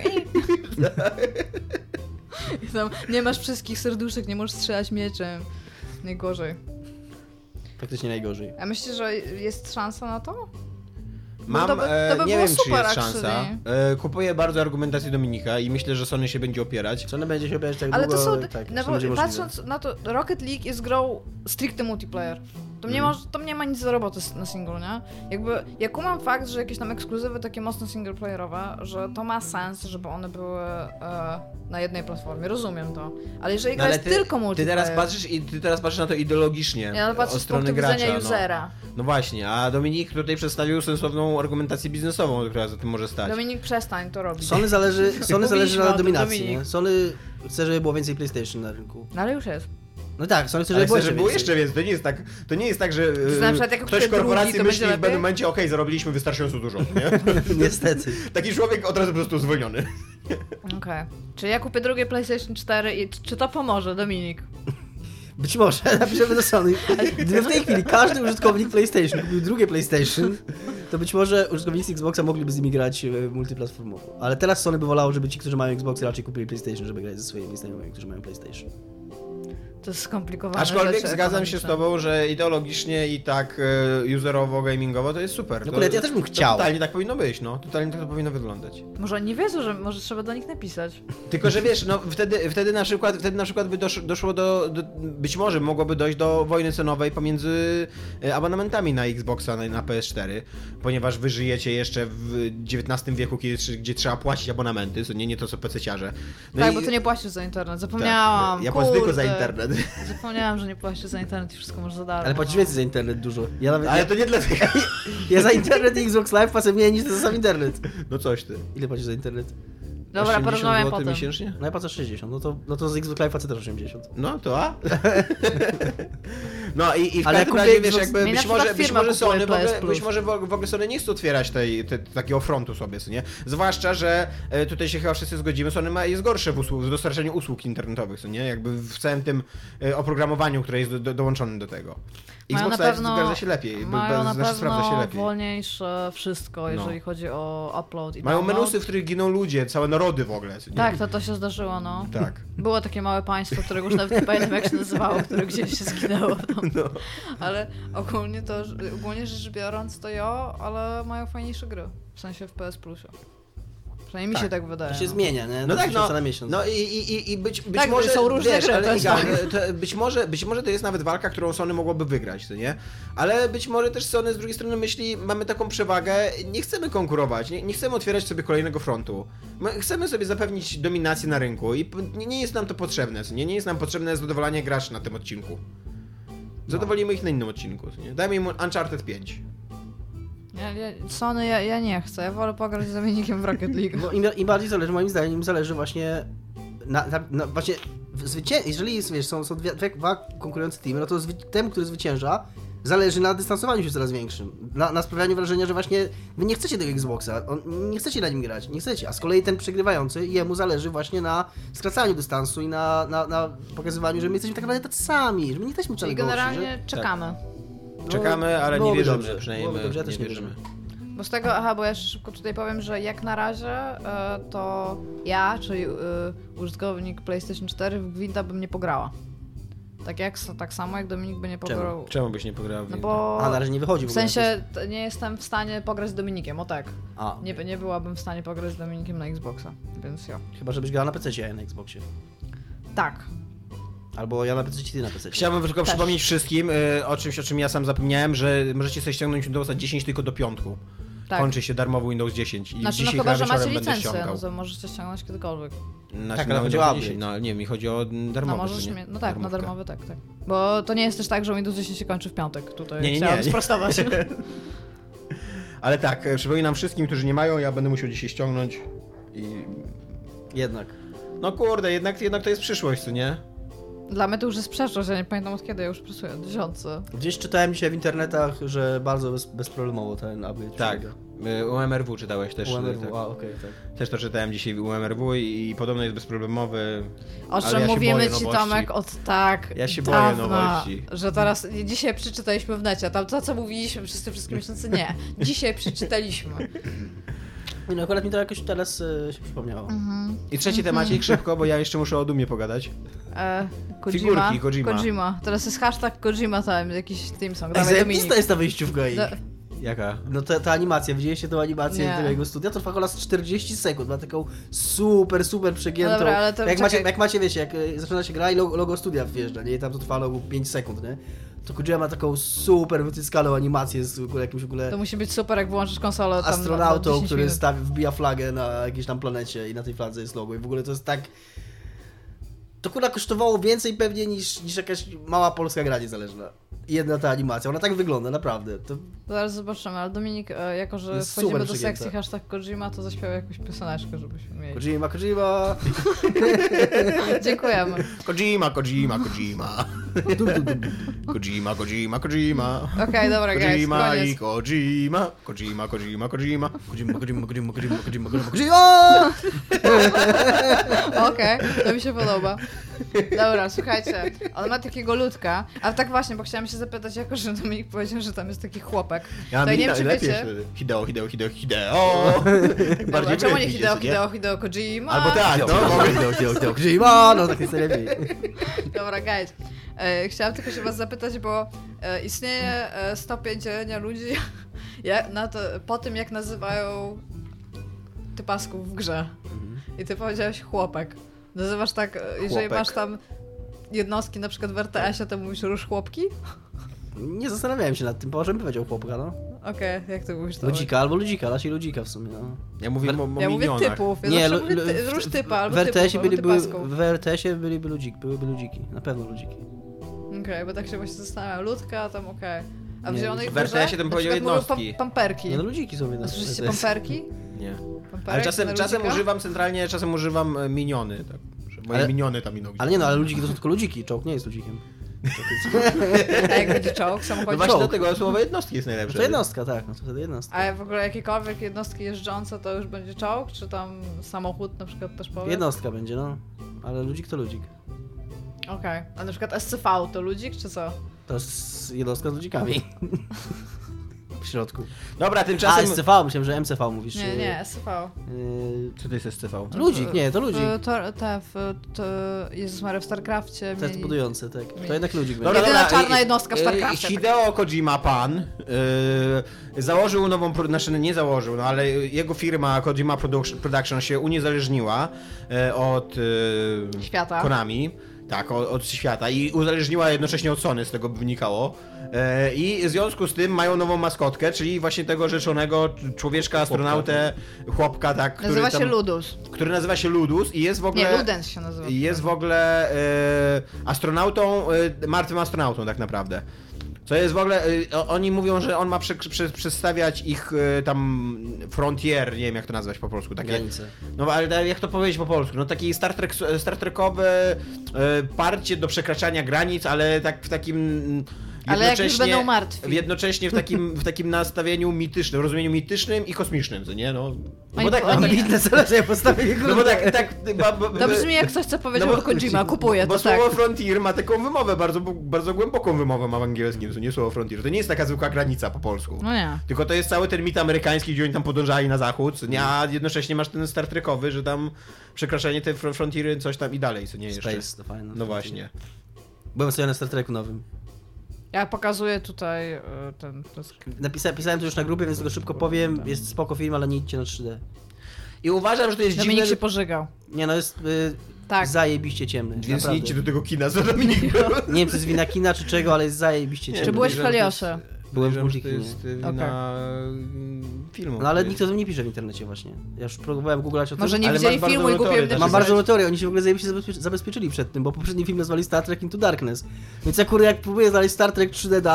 I tam nie masz wszystkich serduszek, nie możesz strzelać mieczem. Najgorzej. Faktycznie najgorzej. A myślisz, że jest szansa na to? Mam, to by- to by e, nie było wiem, czy super, jest szansa. actually. E, kupuję bardzo argumentację Dominika i myślę, że Sony się będzie opierać. Co one będzie się opierać tak Ale długo, to są, tak, no to bo będzie możliwe. patrząc na to, Rocket League jest grą stricte multiplayer. To nie, Mhm. ma, to nie ma nic do roboty s- na single, nie? Jakby, ja kumam fakt, że jakieś tam ekskluzywy takie mocno singleplayerowe, że to ma sens, żeby one były e, na jednej platformie, rozumiem to. Ale jeżeli gra No, ale jest ty, tylko ty multiplayer... teraz patrzysz i ty teraz patrzysz na to ideologicznie, ja patrzę od z strony punktu gracza. widzenia No. usera. no właśnie, a Dominik tutaj przedstawił sensowną argumentację biznesową, która za tym może stać. Dominik, przestań to robić. Sony zależy, Sony zależy Mówiliśmy o na tym, dominacji, Dominik. nie? Sony chce, żeby było więcej PlayStation na rynku. No ale już jest. No tak, Sony chce, Ale żeby było chcę, żeby jeszcze było więcej. jeszcze więcej. To nie jest tak, to nie jest tak, że To na przykład jak e, ktoś w kupię drugi, korporacji to myśli będzie w pewnym lepiej? momencie, okej, zarobiliśmy wystarczająco dużo, nie? Niestety. Taki człowiek od razu po prostu zwolniony. Okej. Czy ja kupię drugie PlayStation cztery i czy to pomoże, Dominik? Być może, napiszemy do Sony. Gdyby w tej chwili każdy użytkownik PlayStation kupił drugie PlayStation, to być może użytkownicy Xboxa mogliby z nimi grać e, multiplatformowo. Ale teraz Sony by wolało, żeby ci, którzy mają Xboxy, raczej kupili PlayStation, żeby grać ze swoimi znajomymi, którzy mają PlayStation. To jest skomplikowane. Aczkolwiek rzeczy zgadzam się z ekonomiczne. tobą, że ideologicznie i tak e, userowo, gamingowo to jest super. No to, akurat ja też bym chciał. To totalnie tak powinno być, no. Totalnie tak to powinno wyglądać. Może oni wiedzą, że może trzeba do nich napisać. Tylko, że wiesz, no wtedy, wtedy na przykład, wtedy na przykład by dosz, doszło do, do, być może mogłoby dojść do wojny cenowej pomiędzy e, abonamentami na Xboxa, na, na P S cztery, ponieważ wy żyjecie jeszcze w dziewiętnastym wieku, kiedy, gdzie trzeba płacić abonamenty, co nie, nie to co pececiarze. No tak, i- bo ty nie płacisz za internet. Zapomniałam. Tak, ja kurde. płacę tylko za internet. Zapomniałam, że nie płacisz za internet i wszystko możesz za darmo. Ale płacisz no. więcej za internet dużo. Ja nawet, Ale ja, to nie dlatego. ja za internet i Xbox Live płacę mniej niż za sam internet. No coś ty. Ile płacisz za internet? Dobra, osiemdziesiąt porozmawiam złotych potem. miesięcznie? No ja płacę sześćdziesiąt, no to, no to z Xbox Live płacę też osiemdziesiąt. No to a? No i, i w Ale każdym kupię razie, wiesz, Xbox- jakby Mnie na być przykład może, być firma może kupuje Sony, w P S ogóle, Plus. być może w w ogóle Sony nie chce otwierać tej, te, takiego frontu sobie, co nie? Zwłaszcza, że e, tutaj się chyba wszyscy zgodzimy, Sony ma, jest gorsze w, usług, w dostarczaniu usług internetowych, co nie? Jakby w całym tym e, oprogramowaniu, które jest do, do, dołączone do tego. Mają Xbox na Live pewno, zgadza się lepiej, mają na znaczy sprawdza się pewno lepiej. wolniejsze wszystko, jeżeli chodzi o upload i Mają download. menusy, w których giną ludzie, całe narody w ogóle, co nie? Tak, to, to się zdarzyło, no. Tak. Było takie małe państwo, którego już nawet nie pamiętam jak się nazywało, które gdzieś się skinęło tam. No. Ale ogólnie to, ogólnie rzecz biorąc to jo, ale mają fajniejsze gry. W sensie w P S Plusie. Przynajmniej mi się tak wydaje. To się no. zmienia, nie? No To tak, miesiąca no, na miesiąc. no i, i, i być, być Tak, może, są różne wiesz, gry, ale to jest Iga, tak. to być, może, być może to jest nawet walka, którą Sony mogłoby wygrać, to nie? Ale być może też Sony z drugiej strony myśli, mamy taką przewagę, nie chcemy konkurować, nie, nie chcemy otwierać sobie kolejnego frontu. My chcemy sobie zapewnić dominację na rynku i p- nie, nie jest nam to potrzebne, co nie? Nie jest nam potrzebne zadowolenie graczy na tym odcinku. Zadowolimy ich na innym odcinku, co nie? Dajmy im Uncharted pięć. Ja, ja, Sony ja, ja nie chcę, ja wolę pograć z Dominikiem w Rocket League. Bo im, im bardziej zależy, moim zdaniem, im zależy właśnie na, na, na właśnie zwycię... jeżeli jest, wiesz, są, są dwie, dwie, dwa konkurujące teamy, no to zwy... temu, który zwycięża, zależy na dystansowaniu się coraz większym. Na, na sprawianiu wrażenia, że właśnie wy nie chcecie tego Xboxa, on, nie chcecie na nim grać, nie chcecie, a z kolei ten przegrywający, jemu zależy właśnie na skracaniu dystansu i na, na, na pokazywaniu, że my jesteśmy tak naprawdę tacy sami, że my nie jesteśmy Czyli wcale gorsi, generalnie czekamy. że... Czekamy, ale nie byłoby wierzymy, dobrze, przynajmniej byłoby my dobrze, ja nie też nie wierzymy. wierzymy. Bo z tego, aha, bo ja jeszcze szybko tutaj powiem, że jak na razie e, to ja, czyli e, użytkownik PlayStation cztery w Gwinta bym nie pograła. Tak jak tak samo jak Dominik by nie pograł. Czemu byś nie pograł w No Winda? bo A, na razie nie wychodzi w w ogóle. sensie t- nie jestem w stanie pograć z Dominikiem, o tak. A, Nie, nie byłabym w stanie pograć z Dominikiem na Xboxa, więc ja. chyba żebyś grała na P C, a ja na Xboxie. Tak. Albo ja na P C, ty na P C. Chciałbym tylko Też. przypomnieć wszystkim y, o czymś, o czym ja sam zapomniałem, że możecie sobie ściągnąć Windowsa dziesięć tylko do piątku. Tak. Kończy się darmowy Windows dziesięć i Znaczy, no dzisiaj chyba, że wieczorem macie będę licencję, ściągał. no to możecie ściągnąć kiedykolwiek. Znaczy, Tak, na ale chodzi o Windows update. dziesięć, no nie, mi chodzi o No darmowy. możesz nie? mieć, no tak, na Darmówkę. darmowy, tak, tak. Bo to nie jest też tak, że Windows dziesięć się kończy w piątek. Tutaj Nie, nie, chciałam nie, nie. sprostować. Ale tak, e, przypominam wszystkim, którzy nie mają, ja będę musiał dzisiaj ściągnąć i... Jednak. No kurde, jednak, jednak to jest przyszłość, co nie? Dla mnie to już jest przeszłość, ja nie pamiętam od kiedy, ja już pracuję, od dziesiątce. Gdzieś czytałem dzisiaj w internetach, że bardzo bez, bezproblemowo ten upgrade Tak. przebiega. Y, U M R W czytałeś też. U M R W, tak. a okej, tak. Też to czytałem dzisiaj w U M R W i, i podobno jest bezproblemowy. O ale czym ja się mówimy boję ci, nowości. Tomek, od tak Ja się boję dawna, nowości. że teraz, dzisiaj przeczytaliśmy w necie, tam to, co mówiliśmy przez te wszystkie miesiące, nie. Dzisiaj przeczytaliśmy. No akurat mi to jakoś teraz e, się przypomniało. Mhm. I trzeci temacik szybko, bo ja jeszcze muszę o Dumie pogadać. E, Kojima, Figurki Kojima. Kojima. Teraz jest hashtag Kojima time, jakiś theme song. Ej, Dawaj, zajebista Dominik. jest ta wyjściówka i... Do- Jaka? No ta, ta animacja, widzieliście tą animację Nie. tego jego studia? To trwa chyba z czterdzieści sekund, ma taką super, super przegiętą... No dobra, ale to jak, czekaj. macie, jak macie, wiecie, jak e, zaczyna się gra i logo, logo studia wjeżdża, nie? I tam to trwa logo pięć sekund, nie? To Kojima ma taką super wycyskaną animację z w ogóle jakimś w ogóle To musi być super, jak włączysz konsolę tam na- na astronautą, dziesięć który minut. stawi, wbija flagę na jakiejś tam planecie i na tej fladze jest logo i w ogóle to jest tak... To kurwa kosztowało więcej pewnie niż, niż jakaś mała polska gra niezależna. Jedna ta animacja, ona tak wygląda, naprawdę. To... Zaraz zobaczymy, ale Dominik, e, jako że Jest wchodzimy super do przygięte. sekcji hashtag Kojima, to zaśpiewaj jakąś pioseneczkę, żebyśmy mieli. Kojima, Kojima! Dziękujemy. Kojima, Kojima, Kojima. Kojima, Kojima, Kojima. Okej, dobra, guys, Kojima i koniec. Kojima. Kojima, Kojima, Kojima. Kojima, Kojima, Kojima, Kojima, Kojima, Kojima, Kojima! Okej, to mi się podoba. Dobra, słuchajcie, on ma takiego ludka, ale tak właśnie, bo chciałam się zapytać, jako że Dominik powiedział, że tam jest taki chłopek. Ja to ja nie wiem, czy lepiej wiecie... Hideo, Hideo, Hideo, Hideo. Tak Dobra, bardziej czemu nie brzmi, Hideo, nie? Hideo, Hideo Kojima? Albo tak, no. Hideo, Hideo, Hideo, Kojima! No tak jest najlepiej. Dobra, guys. E, chciałam tylko się was zapytać, bo e, istnieje e, stopień dzielenia ludzi ja, na to, po tym, jak nazywają typasków w grze. I ty powiedziałeś chłopek. Nazywasz tak, e, jeżeli Chłopek. masz tam jednostki, na przykład w R T S-ie, to mówisz róż chłopki? Nie zastanawiałem się nad tym, może bym powiedział chłopka, no. Okej, jak to mówisz? to? Ludzika albo ludzika, raczej ludzika w sumie, no. Ja mówię o, o Ja mówię minionach. typów, ja Nie, zawsze lu- mówię lu- ty, w- róż typa albo w R T S-ie typów, albo byliby, typasków. w R T S-ie byliby ludzik, byłyby ludziki, na pewno ludziki. Okej, bo tak się właśnie zastanawiam. Ludka, tam okej. A w Nie, zielonej w R T S-ie to bym powiedział jednostki. Pam, pamperki. Nie no, ludziki są jedno. A słyszeliście pamperki? Nie. Pamperek Ale czasem, na czasem ludzika? używam centralnie, czasem używam e, miniony. Tak. że Moje Ale- miniony tam idą. Ale nie no, ale ludziki to są tylko ludziki, czołg nie jest ludzikiem. A jak będzie czołg, samochodzi? No właśnie czołg. dlatego słowo jednostki jest No najlepsze. to jednostka, tak, no to wtedy jednostka. A w ogóle jakiekolwiek jednostki jeżdżące to już będzie czołg, czy tam samochód na przykład też powie? Jednostka będzie, no. Ale ludzik to ludzik. Okej. A na przykład S C V to ludzik, czy co? To jest jednostka z ludzikami. W środku. Dobra, A, tymczasem... S C V, myślałem, że M C V mówisz. Nie, nie, S C V. Yy, Co to jest S C V? ludzik, nie, to ludzik. W, to, te, w, to Jezus Maria, w StarCrafcie Test mieli... budujący, tak. mieli- To jednak ludzik Dobra, będzie. Jedyna dobra, czarna i- jednostka w y, StarCrafcie. Hideo Kojima pan y, założył nową, pro- znaczy nie założył, no ale jego firma Kojima Production, Production się uniezależniła y, od y, Świata. Konami. Tak, od, od świata i uzależniła jednocześnie od Sony, z tego by wynikało. E, I w związku z tym mają nową maskotkę, czyli właśnie tego rzeczonego człowieczka, astronautę, chłopka, tak, który Nazywa tam, się Ludus. który nazywa się Ludus i jest w ogóle... Nie, Ludens się nazywa. I jest w ogóle e, astronautą, e, martwym astronautą tak naprawdę. Co jest w ogóle, e, o- oni mówią, że on ma prze, prze, przedstawiać ich e, tam frontier, nie wiem jak to nazwać po polsku, takie... Granice. No ale jak to powiedzieć po polsku? No taki Star, Trek, Star Trekowe e, parcie do przekraczania granic, ale tak w takim... mm, Ale jak już jednocześnie- będą martwi. Jednocześnie w takim, w takim nastawieniu mitycznym, rozumieniu mitycznym i kosmicznym, co nie? No, no Oni- bo tak, no, oni- tak, Ambitne zależy postawienie no bo tak, tak ba, ba, To brzmi jak coś, co powiedział Kojima, kupuję bo to tak. słowo frontier ma taką wymowę, bardzo, bardzo głęboką wymowę ma w angielskim, to nie słowo frontier. To nie jest taka zwykła granica po polsku. No nie. Tylko to jest cały ten mit amerykański, gdzie oni tam podążali na zachód, co nie? A jednocześnie masz ten Star Trekowy, że tam przekraczanie te fr- frontiery, coś tam i dalej, co nie jeszcze. Space, to fajne. No właśnie. Byłem sobie na Star Treku nowym. Ja pokazuję tutaj y, ten... To jest... Napisa, pisałem to już na grupie, więc tylko szybko powiem. Jest spoko film, ale nie idźcie na trzy D. I uważam, że to jest Dominik dziwne, się pożygał. Nie no, jest y, Tak. zajebiście ciemny. więc naprawdę. nie idźcie do tego kina za Dominikiem. Nie wiem, czy z wina kina, czy czego, ale jest zajebiście Nie, ciemny. Czy byłeś w podejrzewam, Heliosie? Byłem w Podejrzewam, że to multikinie. jest y, Okej. wina mm, filmu. No ale nikt o tym nie pisze w internecie właśnie. Ja już próbowałem googlać o tym. Może nie Ale widzieli masz filmu bardzo i kupiłem notory, Mam Czy bardzo znać- teorię, oni się w ogóle zajebiście zabezpie- zabezpieczyli przed tym, bo poprzedni film nazwali Star Trek Into Darkness. Więc ja kurde, jak próbuję znaleźć Star Trek trzy D Dark,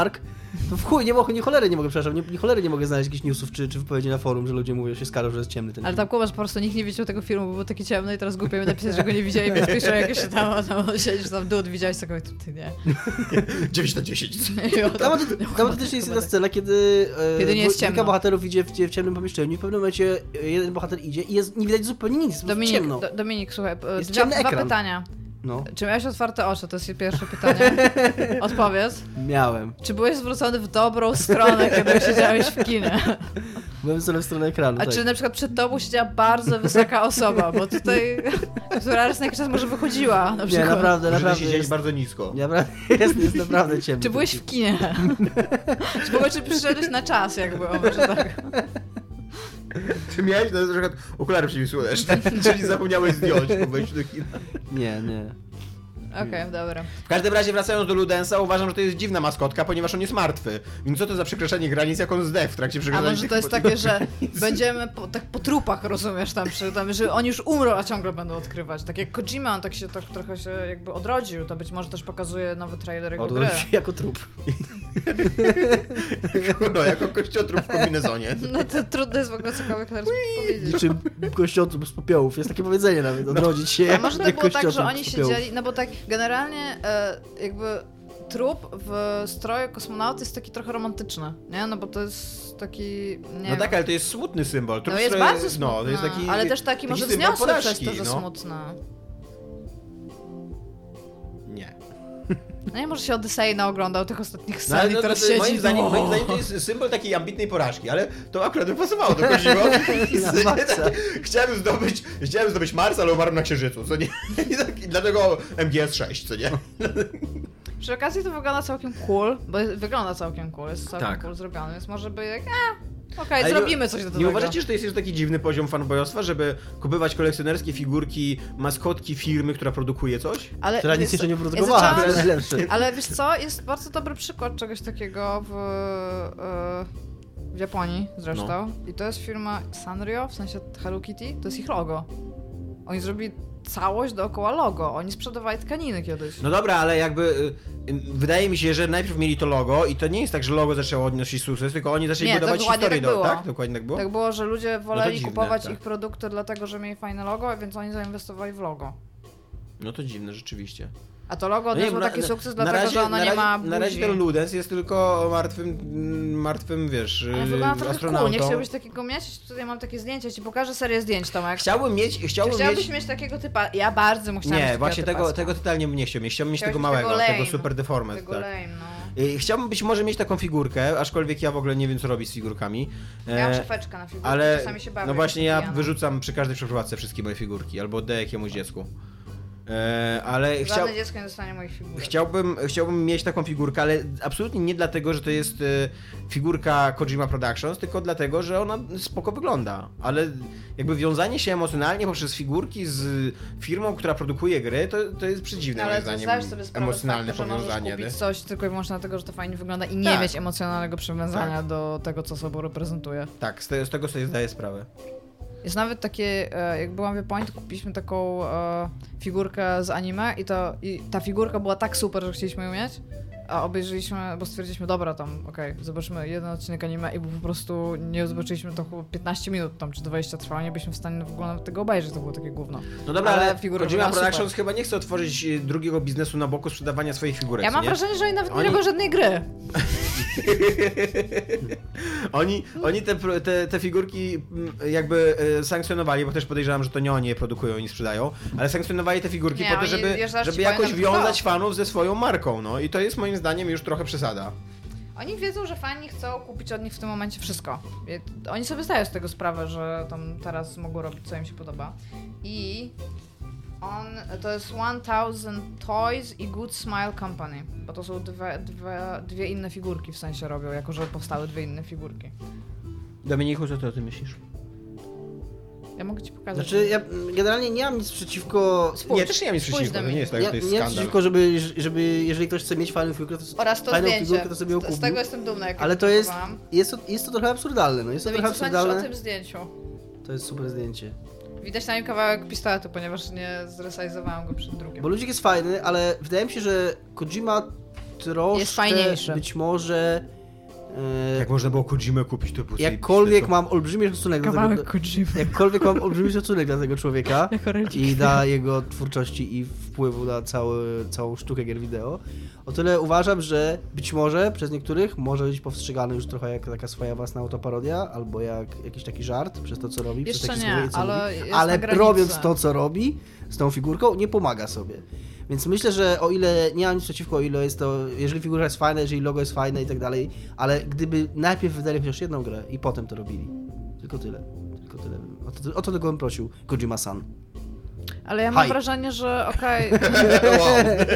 To w chuj, nie, mogę, nie cholery nie mogę, przepraszam, nie, nie cholery nie mogę znaleźć jakichś newsów czy, czy wypowiedzi na forum, że ludzie mówią, że się skarżą, że jest ciemny ten Ale film. tam kumasz, po prostu nikt nie widział tego filmu, bo był taki ciemny i teraz głupio mi napisać, że go nie widzieli, więc piszą jakieś tam, tam siedzisz tam, dude, widziałeś tego, ty nie. dziewięć na dziesięć. Tam, tam też jest jedna scena, kiedy, kiedy nie jest kilka ciemno. bohaterów idzie w, w ciemnym pomieszczeniu i w pewnym momencie jeden bohater idzie i jest, nie widać zupełnie nic, jest Dominik, ciemno. do, Dominik, słuchaj, Jest dwa, ciemny dwa ekran. pytania. No, Czy miałeś otwarte oczy? To jest pierwsze pytanie. Odpowiedz. miałem. Czy byłeś zwrócony w dobrą stronę, kiedy siedziałeś w kinie? Byłem sobie w stronę ekranu, A tak. czy na przykład przed tobą siedziała bardzo wysoka osoba, bo tutaj, która raz na jakiś czas może wychodziła, na Nie, przykład. naprawdę, Można naprawdę siedzieć jest, bardzo nisko. naprawdę, jest, jest naprawdę ciemny. Czy byłeś w kinie? Czy w ogóle czy przyszedłeś na czas, jakby, o może tak. Czy miałeś na przykład okulary przeciwsłoneczne, czyli zapomniałeś zdjąć po wejściu do kina? Nie, nie. Okej, okay, dobra. W każdym razie wracając do Ludensa, uważam, że to jest dziwna maskotka, ponieważ on jest martwy. Więc co to za przekraczanie granic, jak on zdechł w trakcie A przekraczania może tych to jest granic? takie, że będziemy po, tak po trupach, rozumiesz, tam, przy, tam, że oni już umrą, a ciągle będą odkrywać. Tak jak Kojima, on tak się tak trochę się jakby odrodził, to być może też pokazuje nowy trailer jego gry. Odwróć się jako trup. No, jako kościotrup w kombinezonie. No to trudno jest w ogóle cokolwiek teraz powiedzieć. Niczym kościotrup z popiołów. Jest takie powiedzenie nawet, odrodzić się A jak może to jak było tak, że kościotrup oni z popiołów. siedzieli, no bo tak generalnie e, jakby trup w stroju kosmonauty jest taki trochę romantyczny, nie? No bo to jest taki, nie No wiem. tak, ale to jest smutny symbol. Trup No jest stroje- bardzo smutny, No, to jest taki, ale też taki, taki może symbol wzniosły porażki, przez to, że no. smutny. Nie. No nie, może się Odysei naoglądał tych ostatnich No, scen ale i no, to, teraz to, siedzi. moim, zdaniem, no. moim zdaniem to jest symbol takiej ambitnej porażki, ale to akurat by pasowało do Kojima. Na maksa. chciałem zdobyć, chciałem zdobyć Mars, ale umarłem na Księżycu, co nie? I, tak, i dlatego M G S sześć, co nie? Przy okazji to wygląda całkiem cool, bo jest, wygląda całkiem cool, jest całkiem Tak. cool zrobiony, więc może by jak, a, okej, Ale zrobimy nie, coś do tego. Nie uważacie, że to jest już taki dziwny poziom fanboyostwa, żeby kupować kolekcjonerskie figurki, maskotki firmy, która produkuje coś? Ale Która nic wiesz jeszcze co, nie ja produkowała, zaczęłam- to jest najlepsze. Ale wiesz co, jest bardzo dobry przykład czegoś takiego w, e, w Japonii zresztą. No. I to jest firma Sanrio, w sensie Hello Kitty, to jest ich logo. Oni zrobili całość dookoła logo, oni sprzedawali tkaniny kiedyś. No dobra, ale jakby y, y, wydaje mi się, że najpierw mieli to logo i to nie jest tak, że logo zaczęło odnosić sukces, tylko oni zaczęli Nie, budować dokładnie historię. tak do, było. tak? Dokładnie tak było? Tak było, że ludzie woleli dziwne, kupować tak. ich produkty dlatego, że mieli fajne logo, więc oni zainwestowali w logo. No to dziwne rzeczywiście. A to logo No nie, odniosło bo na- taki na- sukces, na dlatego, razie- że ono na nie razie- ma buzi. Na razie ten Ludens jest tylko martwym, mm, martwym wiesz, Ale y, wygląda trochę astronautą. cool, nie chciałbyś takiego mieć? Tutaj mam takie zdjęcia, ci pokażę serię zdjęć, Tomek. Chciałbym mieć, Czy chciałbym chciałbyś mieć... mieć takiego typa? Ja bardzo mu chciałam mieć Nie, takiego właśnie tego, typacka. tego totalnie bym nie chciał mieć. Chciałbym mieć Chciałeś tego mieć małego, tego tego, lame. super deformed. Tego Tak. lame, no. Y, Chciałbym być może mieć taką figurkę, aczkolwiek ja w ogóle nie wiem co robić z figurkami. Ja mam E, szafeczkę na figurkę, ale czasami się bawię. no właśnie ja jak wyrzucam przy każdej przeprowadzce wszystkie moje figurki, albo oddaję jakiemuś dziecku. E, ale Żadne chciał, dziecko nie dostanie moich figurek. chciałbym, chciałbym mieć taką figurkę, ale absolutnie nie dlatego, że to jest e, figurka Kojima Productions, tylko dlatego, że ona spoko wygląda. Ale jakby wiązanie się emocjonalnie poprzez figurki z firmą, która produkuje gry, to, to jest przedziwne Ale moim to zdaniem zdajesz sobie sprawę z emocjonalne faktu, że możesz powiązanie. kupić nie? coś tylko i wyłącznie dlatego, że to fajnie wygląda i nie Tak. mieć emocjonalnego przywiązania do tego, co sobą reprezentuje. Tak, z, te, z tego sobie zdaję sprawę. Jest nawet takie, e, jak byłam w Japonii, to kupiliśmy taką e, figurkę z anime i, to, i ta figurka była tak super, że chcieliśmy ją mieć, a obejrzeliśmy, bo stwierdziliśmy, dobra tam, okej, okay, zobaczymy jeden odcinek anime i po prostu nie zobaczyliśmy to chyba piętnaście minut tam, czy dwadzieścia trwało, nie byliśmy w stanie w ogóle nawet tego obejrzeć, to było takie gówno. No dobra, ale, ale figurka Kojima była super. Productions chyba nie chce otworzyć e, drugiego biznesu na boku sprzedawania swoich figurek. Ja mam nie? wrażenie, że oni nawet Oni- nie robią żadnej gry. Oni, oni te, pro- te, te figurki mm, jakby e, sankcjonowali, bo też podejrzewam, że to nie oni je produkują i sprzedają, ale sankcjonowali te figurki Nie, po to, oni, żeby, wiesz, zaraz żeby ci jakoś powiem, na wiązać przykład. fanów ze swoją marką, no i to jest moim zdaniem już trochę przesada. Oni wiedzą, że fani chcą kupić od nich w tym momencie wszystko. I oni sobie zdają z tego sprawę, że tam teraz mogą robić, co im się podoba. I on, to jest one thousand Toys i Good Smile Company, bo to są dwie, dwie, dwie inne figurki w sensie robią, jako że powstały dwie inne figurki. Dominiku, co ty o tym myślisz? Ja mogę ci pokazać. Znaczy, ja generalnie nie mam nic przeciwko... Spójrz, nie, też nie mam nic spójrz przeciwko, do to mnie. nie jest tak, Ja, że to jest nie mam skandal. przeciwko, żeby, żeby jeżeli ktoś chce mieć fajną figurkę, to, Oraz to fajną zdjęcie. figurkę, to sobie ją Z- kupi. Z tego jestem dumna, jak Ale ja to jest, kupowałam. jest, to, jest to trochę absurdalne, no jest to Dominik, trochę co sądzisz o absurdalne. tym zdjęciu? To jest super zdjęcie. Widać na nim kawałek pistoletu, ponieważ nie zresizowałam go przed drukiem. Bo ludzik jest fajny, ale wydaje mi się, że Kojima troszkę Jest fajniejszy. być może E, Jak można było Kojimę kupić, to było Jakkolwiek mam olbrzymi szacunek do Kawałek tego, Kojimy. jakkolwiek mam olbrzymi szacunek dla tego człowieka Jako i dla jego twórczości i wpływu na cały, całą sztukę gier wideo, o tyle uważam, że być może przez niektórych może być postrzegany już trochę jak taka swoja własna autoparodia, albo jak jakiś taki żart przez to, co robi, Jeszcze przez takie nie, słowo, co ale robi. jest Ale na granicy. robiąc to, co robi z tą figurką, nie pomaga sobie. Więc myślę, że o ile nie mam nic przeciwko, o ile jest to, jeżeli figurka jest fajna, jeżeli logo jest fajne i tak dalej, ale gdyby najpierw wydali chociaż jedną grę i potem to robili. Tylko tyle. Tylko tyle. O to, o to tego bym prosił, Kojima-san. Ale ja mam Hi. wrażenie, że okej. Wow.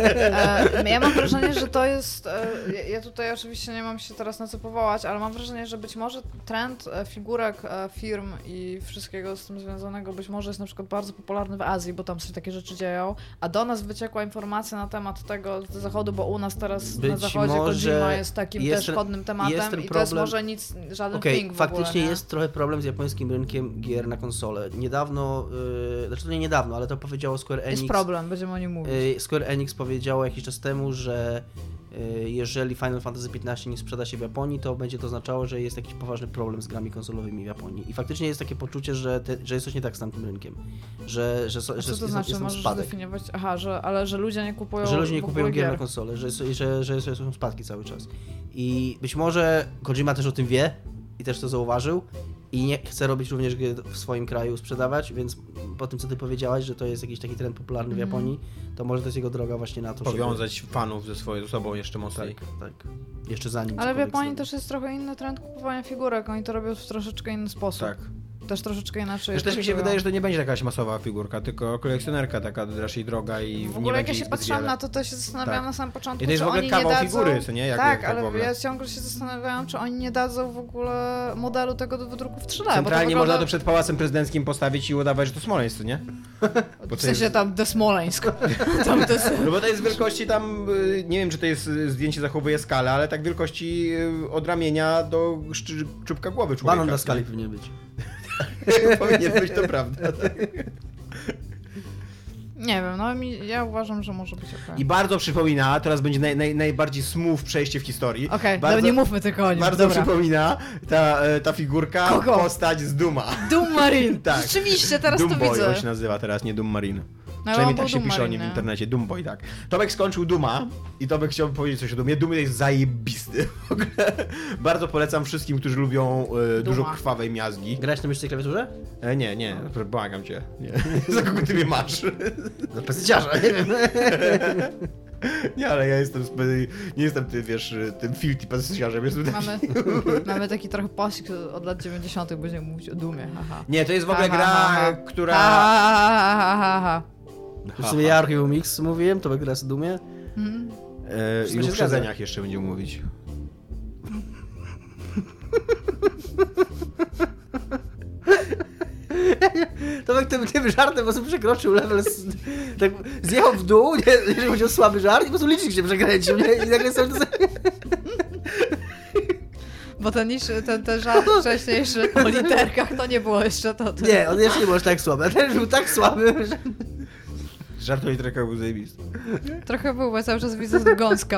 E, ja mam wrażenie, że to jest. E, ja- ja tutaj oczywiście nie mam się teraz na co powołać, ale mam wrażenie, że być może trend e, figurek e, firm i wszystkiego z tym związanego być może jest na przykład bardzo popularny w Azji, bo tam się takie rzeczy dzieją, a do nas wyciekła informacja na temat tego z zachodu, bo u nas teraz Być na zachodzie może Kojima jest takim jest też ten- chodnym tematem jest ten i to jest problem- może nic, żaden Okej, thing w ogóle, faktycznie nie? jest trochę problem z japońskim rynkiem gier na konsolę. Niedawno, yy, znaczy to nie niedawno, ale to powiedziało Square Enix. Jest problem, będziemy o nim mówić. Yy, Square Enix powiedziało jakiś czas temu, że yy, jeżeli Final Fantasy piętnaście nie sprzeda się w Japonii, to będzie to oznaczało, że jest jakiś poważny problem z grami konsolowymi w Japonii. I faktycznie jest takie poczucie, że, te, że jest coś nie tak z tamtym rynkiem. Że, że, so, A że co to jest, znaczy? jest tam Możesz spadek. zdefiniować? Aha, że, ale że ludzie nie kupują Że ludzie nie w kupują ogóle gier na konsolę, że, że, że, że, że są spadki cały czas. I być może Kojima też o tym wie i też to zauważył i nie chce robić również gry w swoim kraju, sprzedawać, więc po tym, co ty powiedziałaś, że to jest jakiś taki trend popularny w Mhm. Japonii, to może to jest jego droga właśnie na to, Powiązać fanów ze swoją sobą jeszcze żeby... mocniej. Tak, tak. Jeszcze zanim Ale w cokolwiek Japonii zrobi. też jest trochę inny trend kupowania figurek, oni to robią w troszeczkę inny sposób. Tak. Też troszeczkę inaczej. Też, też mi się traktują. wydaje, że to nie będzie jakaś masowa figurka, tylko kolekcjonerka taka raczej droga i W nie ogóle jak będzie ja się ich zbyt patrzyłam wiele. na to, to się zastanawiałam Tak. na samym początku, I to jest czy w ogóle oni kawał nie dadzą... figury, co nie? Jak, tak, jak ale w ogóle. ja ciągle się zastanawiałam, czy oni nie dadzą w ogóle modelu tego do wydruku w trzy D. Centralnie bo to można wygląda... to przed Pałacem Prezydenckim postawić i udawać, że to Smoleńsk, co nie? Bo W to jest... sensie tam de Smoleńsk. tam to jest... No bo to jest wielkości tam, y, nie wiem czy to jest y, zdjęcie zachowuje skalę, ale tak wielkości y, od ramienia do szczy- czubka głowy człowieka. Banan na skali powinien być. Powinien być, to prawda. Nie wiem, no mi, ja uważam, że może być okej. I bardzo przypomina, teraz będzie naj, naj, najbardziej smooth przejście w historii. Okej, bardzo, no nie mówmy tylko o nim. Bardzo Dobra. przypomina ta, e, ta figurka, Kogo? postać z Duma. Doom Marine. Tak. Rzeczywiście, teraz Doom to Boy, widzę. on się nazywa teraz, nie Doom Marine. No, Przynajmniej on tak był się Doom pisze o nim w Marine. internecie, Doom Boy, tak. Tomek skończył Duma i Tomek chciałby powiedzieć coś o Dumie. Doom jest zajebisty. W ogóle bardzo polecam wszystkim, którzy lubią e, dużo Duma. krwawej miazgi. Grać na myszce i klawiaturze? E, nie, nie, błagam cię. Nie. Za kogo ty mnie masz? Za pesyciarza, nie wiem. Nie, ale ja jestem, spe- nie jestem, ty wiesz, tym filthy pasyciarzem, jestem taki... Mamy, mamy taki trochę posik od lat dziewięćdziesiątych, będziemy mówić o Dumie, haha. Nie, to jest w ogóle Ha, gra, ha, ha, ha. która... Ha, ha, ha, ha, ha. W sumie ja Archiwum Mix mówiłem, to gra z Dumie. Mhm. E, I Wszystko o się uprzedzeniach jeszcze będziemy mówić. To jak tym, tym żartem po prostu przekroczył level, z, tak zjechał w dół, nie, jeżeli chodzi o słaby żart i po prostu licznik się przekręcił, nie? I nagle sobie to sobie... Bo ten, niż, ten, ten żart wcześniejszy o literkach to nie było jeszcze to. to. Nie, on jeszcze nie był aż tak słaby, a ten był tak słaby, że... Żart o literkach był zajebisty. Trochę był, bo ja cały czas widzę gąska.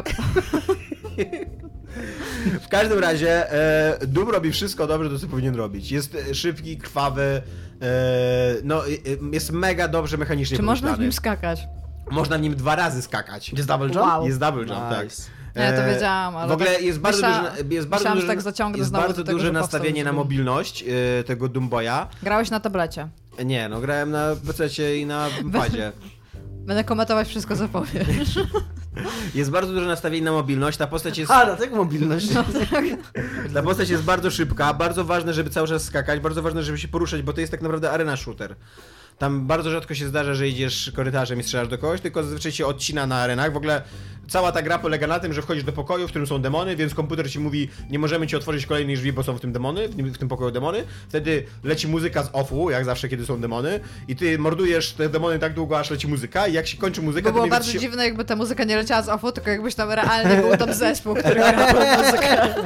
W każdym razie e, Doom robi wszystko dobrze, to co powinien robić. Jest e, szybki, krwawy, e, no e, jest mega dobrze mechanicznie Czy można w pomyślany. nim skakać? Można w nim dwa razy skakać. Jest double jump? Wow. Jest double jump, tak. Nice. Nie, to E, wiedziałam, ale w ogóle tak jest bardzo myśla- duże, jest bardzo myślałam, duże, że tak zaciągnę jest znowu bardzo do tego, duże że powstał nastawienie na Doom. mobilność e, tego Doom Boya. Grałeś na tablecie. Nie, no grałem na pececie i na padzie. Będę komentować wszystko, co powiesz. Jest bardzo duże nastawienie na mobilność, ta postać jest... A, dlatego mobilność. No tak. Ta postać jest bardzo szybka, bardzo ważne, żeby cały czas skakać, bardzo ważne, żeby się poruszać, bo to jest tak naprawdę arena shooter. Tam bardzo rzadko się zdarza, że idziesz korytarzem i strzelasz do kogoś, tylko zazwyczaj się odcina na arenach. W ogóle cała ta gra polega na tym, że wchodzisz do pokoju, w którym są demony, więc komputer ci mówi, nie możemy ci otworzyć kolejnych drzwi, bo są w tym demony, w tym, w tym pokoju demony. Wtedy leci muzyka z offu, jak zawsze, kiedy są demony, i ty mordujesz te demony tak długo, aż leci muzyka, i jak się kończy muzyka, Bo to było mniej bardzo więcej się... dziwne, jakby ta muzyka nie leciała z ofu, tylko jakbyś tam realnie był tam zespół, który grał tą muzykę.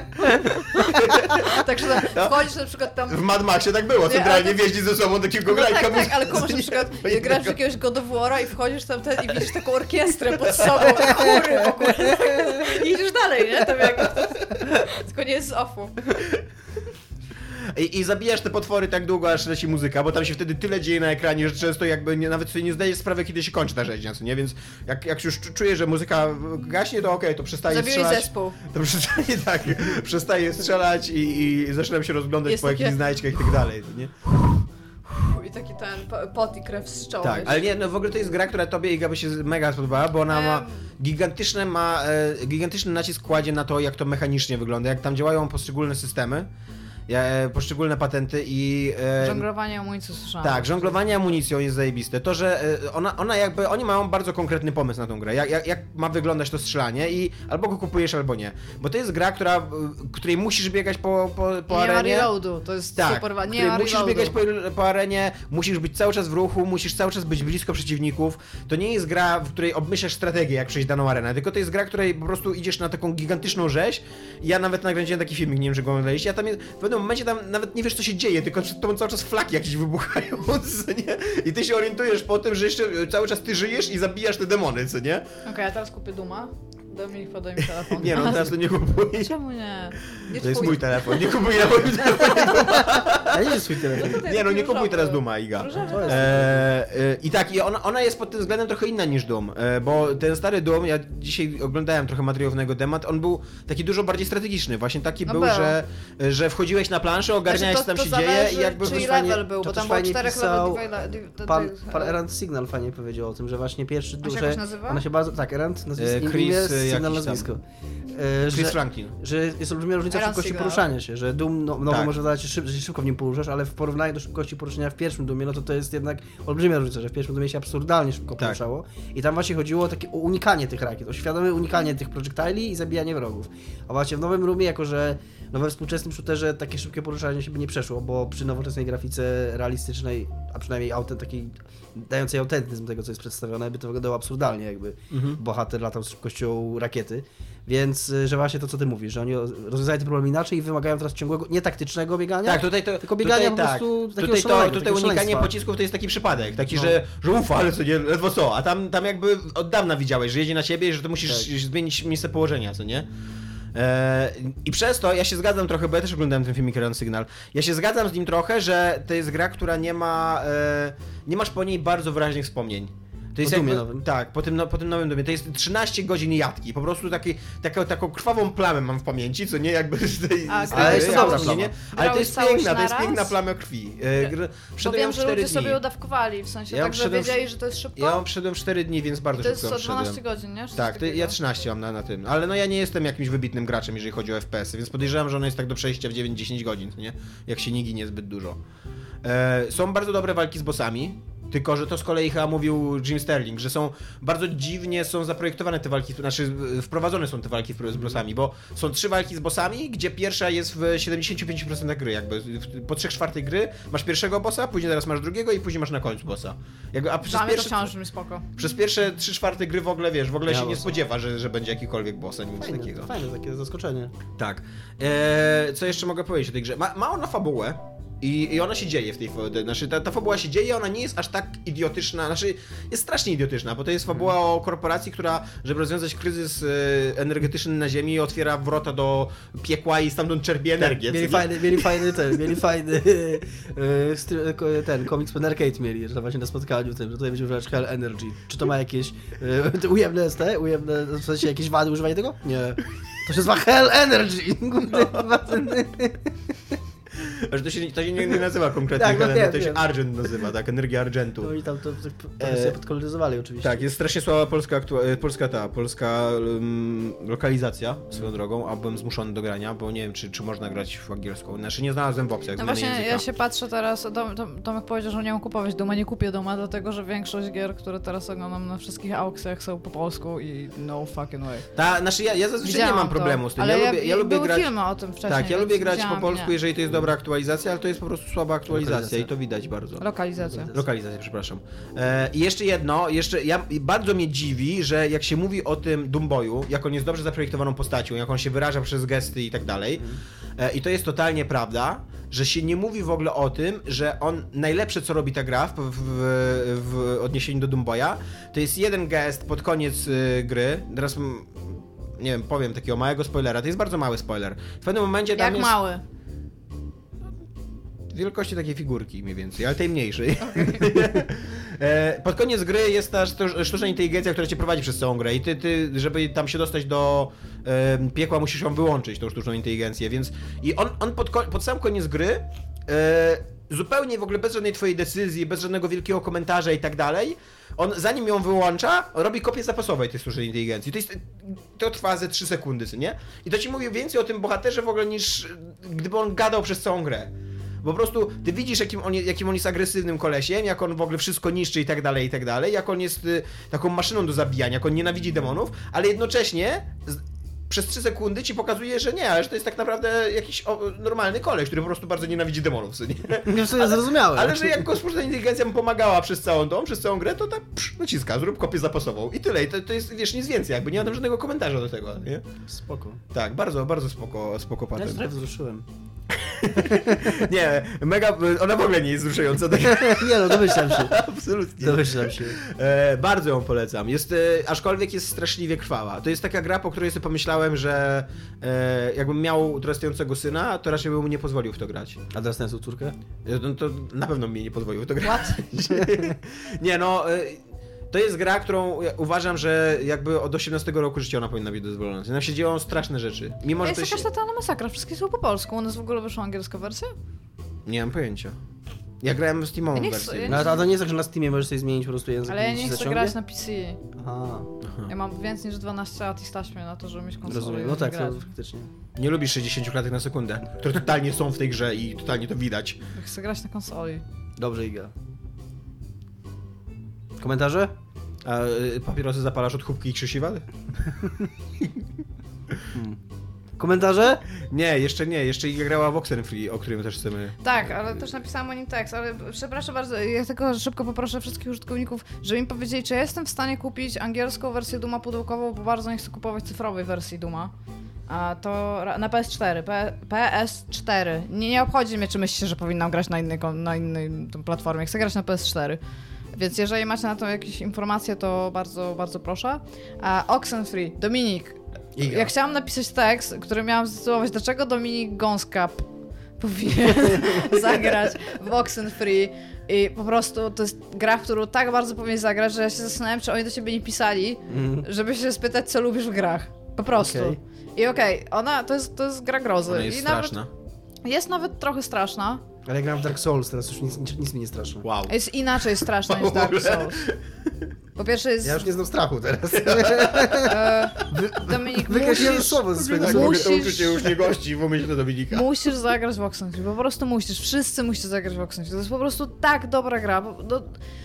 Także tam wchodzisz na przykład tam... W Mad Maxie tak było, centralnie ale to- wjeździć ze sobą do kilku No grajków tak, muzyka, tak, ale komuś na przykład nie, grasz w jakiegoś God of War'a i wchodzisz tam ten, i widzisz taką orkiestrę pod sobą, chóry w ogóle. I idziesz dalej, nie? To jak... Tylko nie jest z offu. I, I zabijasz te potwory tak długo, aż leci muzyka, bo tam się wtedy tyle dzieje na ekranie, że często jakby nie, nawet sobie nie zdajesz sprawy, kiedy się kończy ta rzeźnia, co nie? Więc jak, jak już czujesz, że muzyka gaśnie, to okej, okay, to przestaje Zabiłeś strzelać. zespół. To przestaje, tak, przestaje strzelać i, i zaczynam się rozglądać Jest po takie... jakichś znajdźkach i tak dalej, nie? I taki ten pot i krew z czoła. Tak, ale nie, no w ogóle to jest gra, która tobie, Iga, by się mega spodobała, bo ona ma gigantyczne, ma, e, gigantyczny nacisk kładzie na to, jak to mechanicznie wygląda, jak tam działają poszczególne systemy. Poszczególne patenty i... E, żonglowanie amunicją słyszałam. Tak, żonglowanie amunicją jest zajebiste. To, że e, ona, ona jakby, oni mają bardzo konkretny pomysł na tą grę, jak, jak, jak ma wyglądać to strzelanie i albo go kupujesz, albo nie. Bo to jest gra, która, której musisz biegać po, po, po nie arenie. Nie ma reloadu, to jest tak, super, nie której ma musisz reloadu. biegać po, po arenie, musisz być cały czas w ruchu, musisz cały czas być blisko przeciwników. To nie jest gra, w której obmyślasz strategię, jak przejść daną arenę, tylko to jest gra, w której po prostu idziesz na taką gigantyczną rzeź. Ja nawet nagrałem taki filmik, nie wiem, czy go oglądaliście, ja tam jest, w pewnym momencie tam nawet nie wiesz, co się dzieje, tylko przed tobą cały czas flaki jakieś wybuchają, co nie? I ty się orientujesz po tym, że jeszcze cały czas ty żyjesz i zabijasz te demony, co nie? Okej, okay, a teraz kupię Duma. Dominik, podaj mi telefon. Nie no, teraz to nie kupuj. Czemu nie? nie to jest mój telefon, nie kupuj na moim telefonie. A nie jest swój telefon. Nie no, nie kupuj teraz Duma, Iga. E, e, I tak, i ona, ona jest pod tym względem trochę inna niż Doom, e, bo ten stary Doom, ja dzisiaj oglądałem trochę materiałów na jego temat, on był taki dużo bardziej strategiczny, właśnie taki no był, był. że, że wchodziłeś na planszę, ogarniałeś, znaczy, to, co tam to się zależy, dzieje i jakby... Czyli fajnie, level był, bo tam było czterech pisał, level. Pan, pan Erant Signal fajnie powiedział o tym, że właśnie pierwszy On się duże... jakoś nazywa? Ona się bardzo... Tak, Erant, nazwisko, E, imię, Chris, Signal, jakiś tam. nazwisko. Chris że, Franklin. że jest olbrzymia różnica w Erant szybkości Signal. poruszania się, że Doom no, nowy Tak. może wydać się szyb, że się szybko w nim poruszasz, ale w porównaniu do szybkości poruszania w pierwszym Doomie, no to to jest jednak olbrzymia różnica, że w pierwszym Doomie się absurdalnie szybko Tak. poruszało i tam właśnie chodziło o takie o unikanie tych rakiet, o świadome unikanie tych projektili i zabijanie wrogów. A właśnie w nowym Doomie, jako że no we współczesnym shooterze takie szybkie poruszanie się by nie przeszło, bo przy nowoczesnej grafice realistycznej, a przynajmniej autent, takiej dającej autentyzm tego, co jest przedstawione, by to wyglądało absurdalnie, jakby mhm. bohater latał z szybkością rakiety. Więc, że właśnie to, co ty mówisz, że oni rozwiązają ten problem inaczej i wymagają teraz ciągłego, nie taktycznego biegania, Tak, tutaj to, tylko biegania tutaj, po prostu tak. takiego Tutaj, to, szalonego, tutaj takiego unikanie szaleństwa. pocisków to jest taki przypadek, taki, No. że, że ufa, ale co nie, ledwo co, a tam, tam jakby od dawna widziałeś, że jedzie na ciebie i że to musisz Tak. zmienić miejsce położenia, co nie? Eee, I przez to ja się zgadzam trochę, bo ja też oglądałem ten filmik Erant Signal, ja się zgadzam z nim trochę, że to jest gra, która nie ma, e, nie masz po niej bardzo wyraźnych wspomnień. To jest Po Doomie jakby, nowym. tak, po tym, no, po tym nowym Doomie. To jest trzynaście godzin jadki. Po prostu taki, taką, taką krwawą plamę mam w pamięci, co nie jakby z tej, A, z tej ale jest to dobra absolutnie, plama. nie? Ale to jest Grałeś piękna, to jest całość piękna naraz? plama krwi. E, gr- Bo Wszedłem ją wiem, w że cztery ludzie dni. sobie udawkowali, w sensie Ja tak, że wszedłem w- wiedzieli, że to jest szybko. Ja ją wszedłem w cztery dni, więc bardzo to jest szybko o ją wszedłem. dwanaście godzin, nie? Czy Tak, coś to ja takiego? trzynaście mam na, na tym, ale no ja nie jestem jakimś wybitnym graczem, jeżeli chodzi o F P S y, więc podejrzewam, że ona jest tak do przejścia w dziewięć dziesięć godzin, nie? Jak się nie ginie zbyt dużo. E, są bardzo dobre walki z bossami, tylko że to z kolei chyba mówił Jim Sterling, że są bardzo dziwnie są zaprojektowane te walki, znaczy wprowadzone są te walki z bossami, bo są trzy walki z bossami, gdzie pierwsza jest w siedemdziesiąt pięć procent gry, jakby po trzech czwartej gry masz pierwszego bossa, później zaraz masz drugiego i później masz na końcu bossa. Jakby, a przez Dla mnie to pierwsze, wciąż mi spoko. przez pierwsze trzy czwarte gry w ogóle, wiesz, w ogóle Ja się nie bossa. spodziewa, że, że będzie jakikolwiek boss, ani nic Fajne, takiego. fajne takie zaskoczenie. Tak. Eee, co jeszcze mogę powiedzieć o tej grze? Ma, ma ona fabułę i, i ona się dzieje w tej fabułce. Znaczy, ta, ta fabuła się dzieje, ona nie jest aż tak idiotyczna, znaczy jest strasznie idiotyczna, bo to jest fabuła o korporacji, która, żeby rozwiązać kryzys e, energetyczny na Ziemi, otwiera wrota do piekła i stamtąd czerpie energię. Mieli co nie? fajny, mieli fajny ten, mieli fajny e, stry- ko- ten Comics Pen Arcade mieli, że to właśnie na spotkaniu tym, że tutaj będzie używać Hell Energy. Czy to ma jakieś e, te ujemne S T? Ujemne, w sensie jakieś wady używania tego? Nie. To się nazywa Hell Energy! Że to się, to się nie, nie nazywa konkretnie Tak, no Helen, wiem, to się wiem. Argent nazywa, tak, energia Argentu. No i tam to, to, to e... sobie podkoloryzowali oczywiście. Tak, jest strasznie słaba polska, aktu- e, polska ta, polska um, lokalizacja swoją drogą, a byłem zmuszony do grania, bo nie wiem, czy, czy można grać w angielską. Znaczy nie znalazłem w opcjach No zmiany właśnie, języka. ja się patrzę teraz, Tom, Tom, Tomek powiedział, że nie mam kupować Duma, nie kupię Duma, dlatego że większość gier, które teraz oglądam na wszystkich aukcjach są po polsku i no fucking way. Ta, znaczy ja, ja zazwyczaj Widziałam nie mam to, problemu z tym. Ale ja, lubię, ja lubię były grać... filmy o tym wcześniej. Tak, ja więc lubię grać widziałam, po polsku, nie. jeżeli to jest dobra aktualizacja, ale to jest po prostu słaba aktualizacja, Lokalizacja. i to widać bardzo. Lokalizacja. Lokalizacja, przepraszam. E, I jeszcze jedno, jeszcze ja, bardzo mnie dziwi, że jak się mówi o tym Doomboyu, jak on jest dobrze zaprojektowaną postacią, jak on się wyraża przez gesty i tak dalej, e, i to jest totalnie prawda, że się nie mówi w ogóle o tym, że on najlepsze co robi ta gra w, w, w odniesieniu do Doomboya, to jest jeden gest pod koniec y, gry, teraz nie wiem, powiem takiego małego spoilera, to jest bardzo mały spoiler. W pewnym momencie tam Jak jest... mały? Wielkości takiej figurki mniej więcej, ale tej mniejszej. Okay. Pod koniec gry jest ta sztuczna inteligencja, która cię prowadzi przez całą grę i ty, ty żeby tam się dostać do e, piekła, musisz ją wyłączyć, tą sztuczną inteligencję, więc i on, on pod, pod sam koniec gry e, zupełnie w ogóle bez żadnej twojej decyzji, bez żadnego wielkiego komentarza i tak dalej, on zanim ją wyłącza, robi kopię zapasowej tej sztucznej inteligencji. To, jest, to trwa ze trzy sekundy, nie? I to ci mówi więcej o tym bohaterze w ogóle niż gdyby on gadał przez całą grę. Bo po prostu ty widzisz, jakim on, jakim on jest agresywnym kolesiem, jak on w ogóle wszystko niszczy i tak dalej, i tak dalej, jak on jest y, taką maszyną do zabijania, jak on nienawidzi demonów, ale jednocześnie z, przez trzy sekundy ci pokazuje, że nie, ale że to jest tak naprawdę jakiś o, normalny koleś, który po prostu bardzo nienawidzi demonów, co nie? Nie sobie zrozumiałem. Ale że jak sztuczna inteligencja mu pomagała przez całą tą, przez całą grę, to tak psz, naciska, zrób kopię zapasową i tyle. I to, to jest, wiesz, nic więcej, jakby nie ma tam żadnego komentarza do tego, nie? Spoko. Tak, bardzo, bardzo spoko, spoko Ja patent. trochę wzruszyłem. Nie, mega, ona w ogóle nie jest wzruszająca. Tak? Nie no, domyślam się. Absolutnie. Domyślam się. E, bardzo ją polecam. Jest, e, aczkolwiek jest straszliwie krwawa. To jest taka gra, po której sobie pomyślałem, że e, jakbym miał dorastającego syna, to raczej bym mu nie pozwolił w to grać. A dorastającą córkę? E, no, to na pewno mnie nie pozwolił w to grać. What? Nie no... E, to jest gra, którą ja uważam, że jakby od osiemnastego roku życia ona powinna być dozwolona. Nam się dzieją straszne rzeczy. Mimo, że jest to jakaś się... totalna masakra, wszystkie są po polsku. U nas w ogóle wyszła angielska wersja? Nie mam pojęcia. Ja grałem w Steamową Ja nie wersję. chcę- ja No ale to nie jest tak, że na Steamie możesz sobie zmienić po prostu język Ale ja i ci nie chcę zaciągnie? grać na P C. Aha, Ja mam więcej niż dwanaście lat i stać mnie na to, żeby mieć konsolę. rozumiem. i No tak, grać. to faktycznie. Nie lubisz sześćdziesiąt klatek na sekundę, które totalnie są w tej grze i totalnie to widać. Ja chcę grać na konsoli. Dobrze, Iga. Komentarze? A y, papierosy zapalasz od chubki i krzesiwa? Hmm. Komentarze? Nie, jeszcze nie, jeszcze Iga grała w Oxenfree, o którym też chcemy... Tak, ale też napisałam o nim tekst, ale przepraszam bardzo, ja tylko szybko poproszę wszystkich użytkowników, żeby mi powiedzieli, czy ja jestem w stanie kupić angielską wersję Duma pudełkową, bo bardzo nie chcę kupować cyfrowej wersji Duma. A to ra- na P S cztery, P- P S cztery. Nie, nie obchodzi mnie, czy myślicie, że powinnam grać na innej, kon- na innej tam platformie, chcę grać na P S cztery. Więc jeżeli macie na to jakieś informacje, to bardzo, bardzo proszę. A Oxenfree, Dominik, Iga. ja chciałam napisać tekst, który miałam zatytułować, dlaczego Dominik Gąska p- powinien zagrać w Oxenfree. I po prostu to jest gra, w którą tak bardzo powinien zagrać, że ja się zastanawiam, czy oni do ciebie nie pisali, Mm. żeby się spytać, co lubisz w grach. Po prostu. Okej. I okej, ona to jest, to jest gra grozy. Ona jest I straszna. Nawet, jest nawet trochę straszna. Ale ja gram w Dark Souls, teraz już nic, nic, nic mi nie straszy. Wow. Jest inaczej straszna niż Dark Souls. Po pierwsze jest... Ja już nie znam strachu teraz. E, Dominik, Wykreśliłem musisz, słowo ze swojego Tak, słowa. mogę to musisz- uczucie już nie gości w umyśle Dominika. musisz zagrać w Oxenfree, po prostu musisz. Wszyscy musicie zagrać w Oxenfree. To jest po prostu tak dobra gra. bo- No,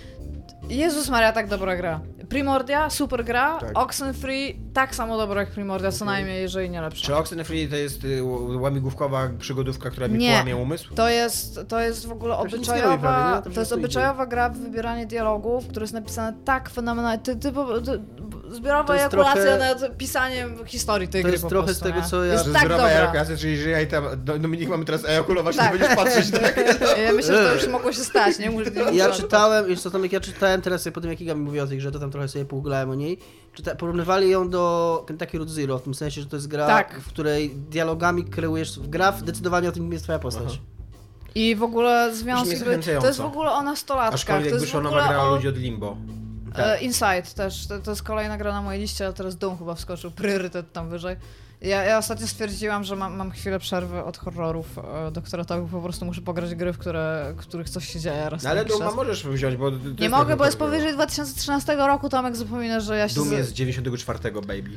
Jezus Maria, tak dobra gra. Primordia, super gra. Tak. Oxenfree, tak samo dobra jak Primordia, co najmniej, jeżeli nie lepsza. Czy Oxenfree to jest y, łamigłówkowa przygodówka, która mi Nie. połamie umysł? To jest, to jest w ogóle To się nic nie robi obyczajowa, prawie, nie? To to jest wszystko obyczajowa gra w wybieranie dialogów, które jest napisane tak fenomenalnie. Ty, ty, po- ty, zbiorowa To jest ejakulacja trochę- nad pisaniem historii tej To gry jest po trochę prostu, z tego, nie? co ja- Jest Że tak zdrowa dobra. ejakulacja, czyli jeżeli ja i tam, Do- Dominik mamy teraz ejakulować, Tak. to będziesz patrzeć, tak? Ja myślę, że to już mogło się stać, nie? Muszę, nie Ja muszę- czytałem, już co tam, jak ja czytałem teraz sobie po tym, jak Iga mi mówiła o tej grze, to tam trochę sobie pogooglałem o niej. Czyta, porównywali ją do Kentucky Road Zero, w tym sensie, że to jest gra, Tak. w której dialogami kreujesz gra, decydowanie o tym, kim jest twoja postać. Aha. I w ogóle Brzmi związki, by, zachęcająco. to jest w ogóle o nastolatkach, to Aczkolwiek jest w wyszła ogóle nowa gra o o... ludzi od Limbo. E, Inside też, to, to jest kolejna gra na mojej liście, ale teraz Doom chyba wskoczył, priorytet tam wyżej. Ja, ja ostatnio stwierdziłam, że mam, mam chwilę przerwy od horrorów e, doktoratowych, po prostu muszę pograć gry, w które, w których coś się dzieje raz No na ale jakiś Duma czas. możesz wziąć, bo... to Nie jest mogę, trochę bo jest horror. powyżej dwa tysiące trzynastego roku, Tomek zapomina, że ja się... Doom z- jest z dziewięćdziesiątego czwartego, baby.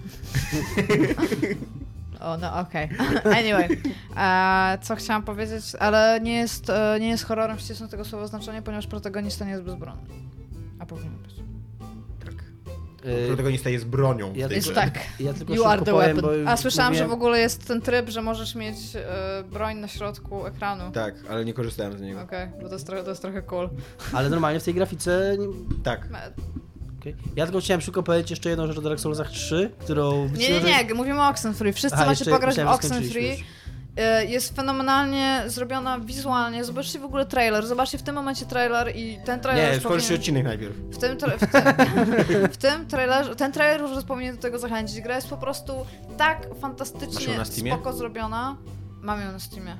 O, no okej. Anyway, e, co chciałam powiedzieć, ale nie jest, e, nie jest horrorem w ścisłym tego słowa znaczenia, ponieważ protagonista nie jest bezbronny. A powinien być. Tak. Yy, Protagonista jest bronią w ja tej Jest grze. tak. ja tylko You are szybko the powiem, weapon. bo A słyszałam, mówiłem- że w ogóle jest ten tryb, że możesz mieć e, broń na środku ekranu. Tak, ale nie korzystałem z niego. Okej, bo to jest, trochę, to jest trochę cool. Ale normalnie w tej grafice... Nie... Tak. Okay. Ja tylko chciałem szybko powiedzieć jeszcze jedną rzecz o Dark Soulsach trzy, którą... Nie, nie, nie, mówimy o Oxenfree. Wszyscy Aha, macie jeszcze pograć w myślałem, że skończyliśmy Oxenfree. już. Jest fenomenalnie zrobiona wizualnie. Zobaczcie w ogóle trailer. Zobaczcie w tym momencie trailer i ten trailer... Nie, skończcie powinien... odcinek najpierw. W tym, tra... w, tym... w tym trailerze... Ten trailer już powinien do tego zachęcić. Gra jest po prostu tak fantastycznie spoko zrobiona. Mam ją na Steamie.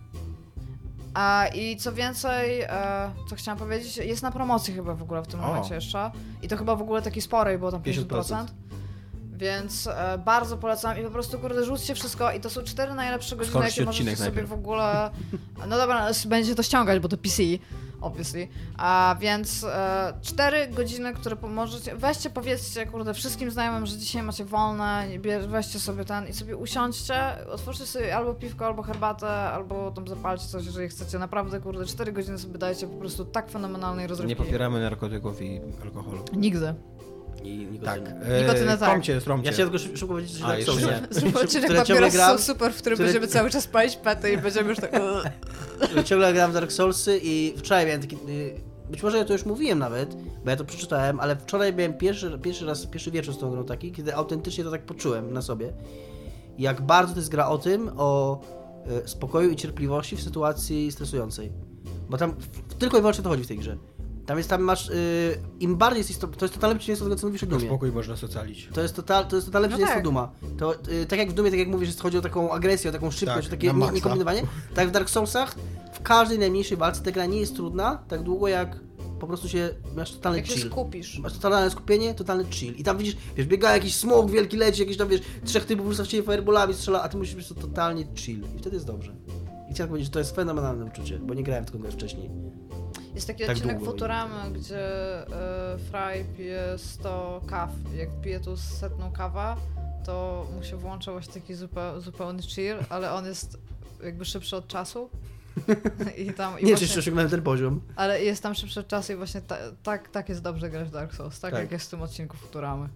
A, I co więcej, e, co chciałam powiedzieć, jest na promocji chyba w ogóle w tym o. momencie jeszcze. I to chyba w ogóle taki sporej, było tam pięćdziesiąt procent. Więc e, bardzo polecam i po prostu, kurde, rzućcie wszystko i to są cztery najlepsze godziny, jakie możecie sobie najpierw. w ogóle... No dobra, będziecie to ściągać, bo to P C, obviously. A więc e, cztery godziny, które pomożecie... Weźcie, powiedzcie, kurde, wszystkim znajomym, że dzisiaj macie wolne, weźcie sobie ten i sobie usiądźcie, otwórzcie sobie albo piwko, albo herbatę, albo tam zapalcie coś, jeżeli chcecie. Naprawdę, kurde, cztery godziny sobie dajecie po prostu tak fenomenalnej rozrywki. Nie popieramy narkotyków i alkoholu. Nigdy. I nikotyny. Tak. Nikotyna, tak. Stromcie, stromcie. Ja chciałem tylko szybko powiedzieć coś o Dark Soulsie. Zrób odcinek papierosy są super, w którym które... będziemy cały czas palić petę i będziemy już tak... Ciągle gram w Dark Soulsy i wczoraj miałem taki... Być może ja to już mówiłem nawet, bo ja to przeczytałem, ale wczoraj miałem pierwszy, pierwszy raz, pierwszy wieczór z tą grą taki, kiedy autentycznie to tak poczułem na sobie. Jak bardzo to jest gra o tym, o spokoju i cierpliwości w sytuacji stresującej. Bo tam w, tylko i wyłącznie to chodzi w tej grze. Tam jest, tam masz, yy, im bardziej jesteś, to, to jest totalne przeciwieństwo do tego, co mówisz o Dumie. Spokój można socalić. To jest, total, to jest totalne przeciwieństwo no tak. Duma. To, yy, tak jak w Dumie, tak jak mówisz, że chodzi o taką agresję, o taką szybkość, tak, o takie nie, niekombinowanie. Tak w Dark Soulsach, w każdej najmniejszej walce ta gra nie jest trudna, tak długo jak po prostu się, masz totalny jak chill. Jak się skupisz. Masz totalne skupienie, totalny chill. I tam widzisz, wiesz, biega jakiś smok wielki leci, jakiś tam, wiesz, trzech typów rzuca w ciebie fireballami, strzela, a ty musisz być to totalnie chill. I wtedy jest dobrze. I chciałem powiedzieć, że to jest fenomenalne uczucie, bo nie grałem w tego wcześniej. Jest taki tak odcinek długo. Futuramy, gdzie y, Fry pije sto kaw. Jak pije tu setną kawę, to mu się włącza właśnie taki zupeł, zupełny chill, ale on jest jakby szybszy od czasu. I tam, i nie, właśnie, czy jeszcze osiągnąłem ten poziom. Ale jest tam szybszy od czasu i właśnie ta, tak, tak jest dobrze grać w Dark Souls, tak, tak jak jest w tym odcinku Futuramy.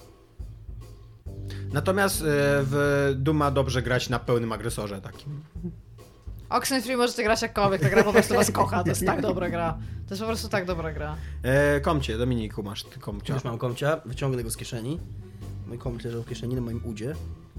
Natomiast y, w Duma dobrze grać na pełnym agresorze takim. Oxenfree możecie grać jakkolwiek, ta gra po prostu was kocha, to jest tak dobra gra. To jest po prostu tak dobra gra. E, komcie, Dominiku, masz ty komcia. Już mam komcia, wyciągnę go z kieszeni. Mój komć leżał w kieszeni na moim udzie.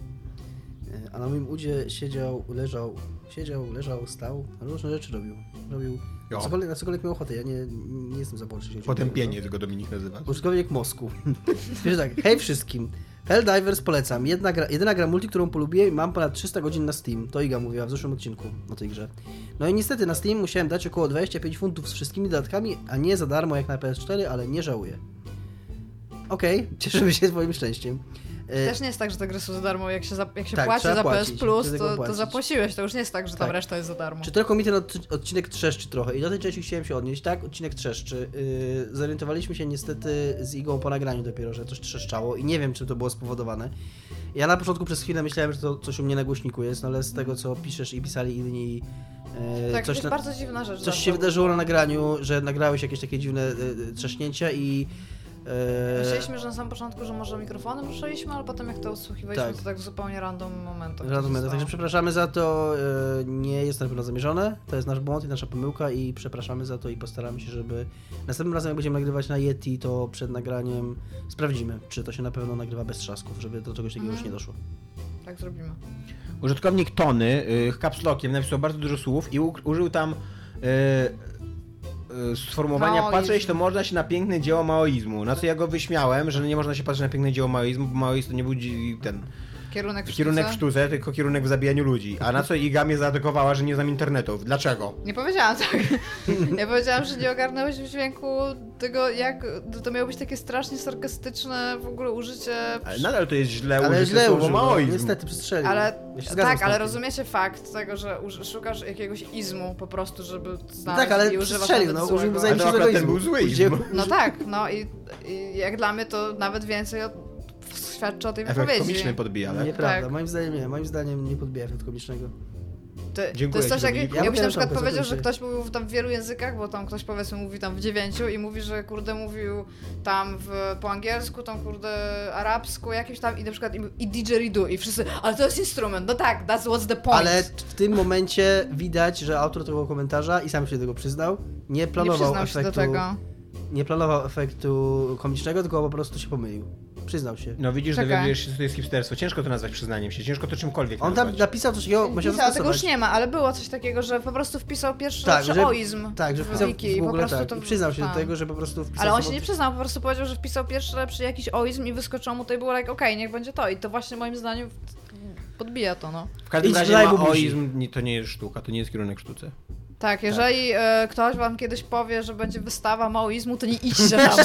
A na moim udzie siedział, leżał, siedział, leżał, stał, różne rzeczy robił. Robił na cokolwiek, na cokolwiek miał ochotę, ja nie, nie jestem zaborczy. Potępienie tego Dominik nazywa. Użytkownik mózgu. Wiesz tak, hej wszystkim. Helldivers polecam. Jedna gra, jedyna gra multi, którą polubię i mam ponad trzysta godzin na Steam. To Iga mówiła w zeszłym odcinku o tej grze. No i niestety na Steam musiałem dać około dwadzieścia pięć funtów z wszystkimi dodatkami, a nie za darmo jak na P S cztery, ale nie żałuję. Okej, okay, cieszymy się twoim szczęściem. Też nie jest tak, że te gry są za darmo, jak się, za, jak się tak, płaci za płacić, P S Plus, to, to zapłaciłeś, to już nie jest tak, że tam tak. reszta jest za darmo. Czy tylko mi ten odcinek trzeszczy trochę i do tej części chciałem się odnieść, tak? Odcinek trzeszczy. Yy, zorientowaliśmy się niestety z Igą po nagraniu dopiero, że coś trzeszczało i nie wiem, czym to było spowodowane. Ja na początku przez chwilę myślałem, że to coś u mnie na głośniku jest, no ale z tego, co piszesz i pisali inni... Yy, tak, coś to jest na... bardzo dziwna rzecz. Coś się wydarzyło na nagraniu, że nagrałeś jakieś takie dziwne yy, trzaśnięcia i... Myśleliśmy, że na samym początku, że może mikrofonem ruszaliśmy, ale potem jak to odsłuchiwaliśmy, tak. to tak w zupełnie random momentach. Random momentach, także przepraszamy za to, nie jest na pewno zamierzone, to jest nasz błąd i nasza pomyłka i przepraszamy za to i postaramy się, żeby następnym razem jak będziemy nagrywać na Yeti, to przed nagraniem sprawdzimy, czy to się na pewno nagrywa bez trzasków, żeby do czegoś takiego mm. już nie doszło. Tak zrobimy. Użytkownik Tony yy, caps lockiem napisał bardzo dużo słów i u- użył tam yy, sformułowania Maoizm. patrzeć to można się na piękne dzieło maoizmu. Na co ja go wyśmiałem, że nie można się patrzeć na piękne dzieło maoizmu, bo maoizm to nie był ten kierunek w sztuce, kierunek w sztuce tylko kierunek w zabijaniu ludzi. A na co Iga mnie zaatakowała, że nie znam internetów. Dlaczego? Nie powiedziałam tak. Ja powiedziałam, że nie ogarnąłeś w dźwięku tego, jak to miało być takie strasznie sarkastyczne w ogóle użycie. Ale nadal to jest źle ale użyte źle słowo użyło, maoizm. Niestety przestrzelił. Ale ja tak, ale rozumiecie fakt tego, że szukasz jakiegoś izmu po prostu, żeby znaleźć no tak, ale i używasz nawet no, użył zajebistego izmu. Ten był zły izm. No tak, no i, i jak dla mnie to nawet więcej od świadczy o tej efekt wypowiedzi. komiczny podbija, ale... Nieprawda, tak. moim zdaniem nie, moim zdaniem nie podbija efekt komicznego. To, Dziękuję to jest coś takiego, ja jakbyś na przykład tam, powiedział, że ktoś mówił tam w wielu językach, bo tam ktoś powiedzmy mówi tam w dziewięciu i mówi, że kurde mówił tam w, po angielsku, tam kurde arabsku jakimś tam i na przykład i, i didgeridoo i wszyscy, ale to jest instrument, no tak, that's what's the point. Ale w tym momencie widać, że autor tego komentarza i sam się do tego przyznał, nie planował nie efektu, się do tego. nie planował efektu komicznego, tylko po prostu się pomylił. Przyznał się. No widzisz, Czekaj. dowiadujesz się, co to jest hipsterstwo. Ciężko to nazwać przyznaniem się, ciężko to czymkolwiek On tam nazwać. napisał coś takiego, musiał Pisał, tego już zastosować. nie ma, ale było coś takiego, że po prostu wpisał pierwszy Tak, lepszy że- oizm Tak, że w wpisał wiki w i po Google, prostu tak. to... I przyznał się tak. do tego, że po prostu wpisał... Ale on się samo- nie przyznał, po prostu powiedział, że wpisał pierwszy lepszy jakiś oizm i wyskoczyło mu to i było like, okej, niech będzie to. I to właśnie moim zdaniem podbija to, no. W każdym Idź razie w live'u musi. maoizm nie- to nie jest sztuka, to nie jest kierunek sztuce. Tak, jeżeli e, ktoś wam kiedyś powie, że będzie wystawa maoizmu, to nie idźcie tam.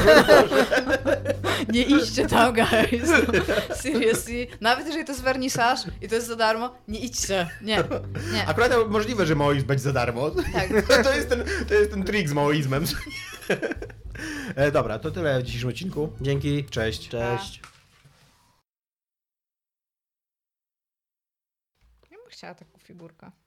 Nie idźcie tam, guys. Seriously. Nawet jeżeli to jest wernisaż i to jest za darmo, nie idźcie. Nie, nie. Akurat możliwe, że maoizm będzie za darmo. Tak. To jest ten, to jest ten trik z maoizmem. E, dobra, to tyle w dzisiejszym odcinku. Dzięki. Cześć. Cześć. Ja bym chciała taką figurkę.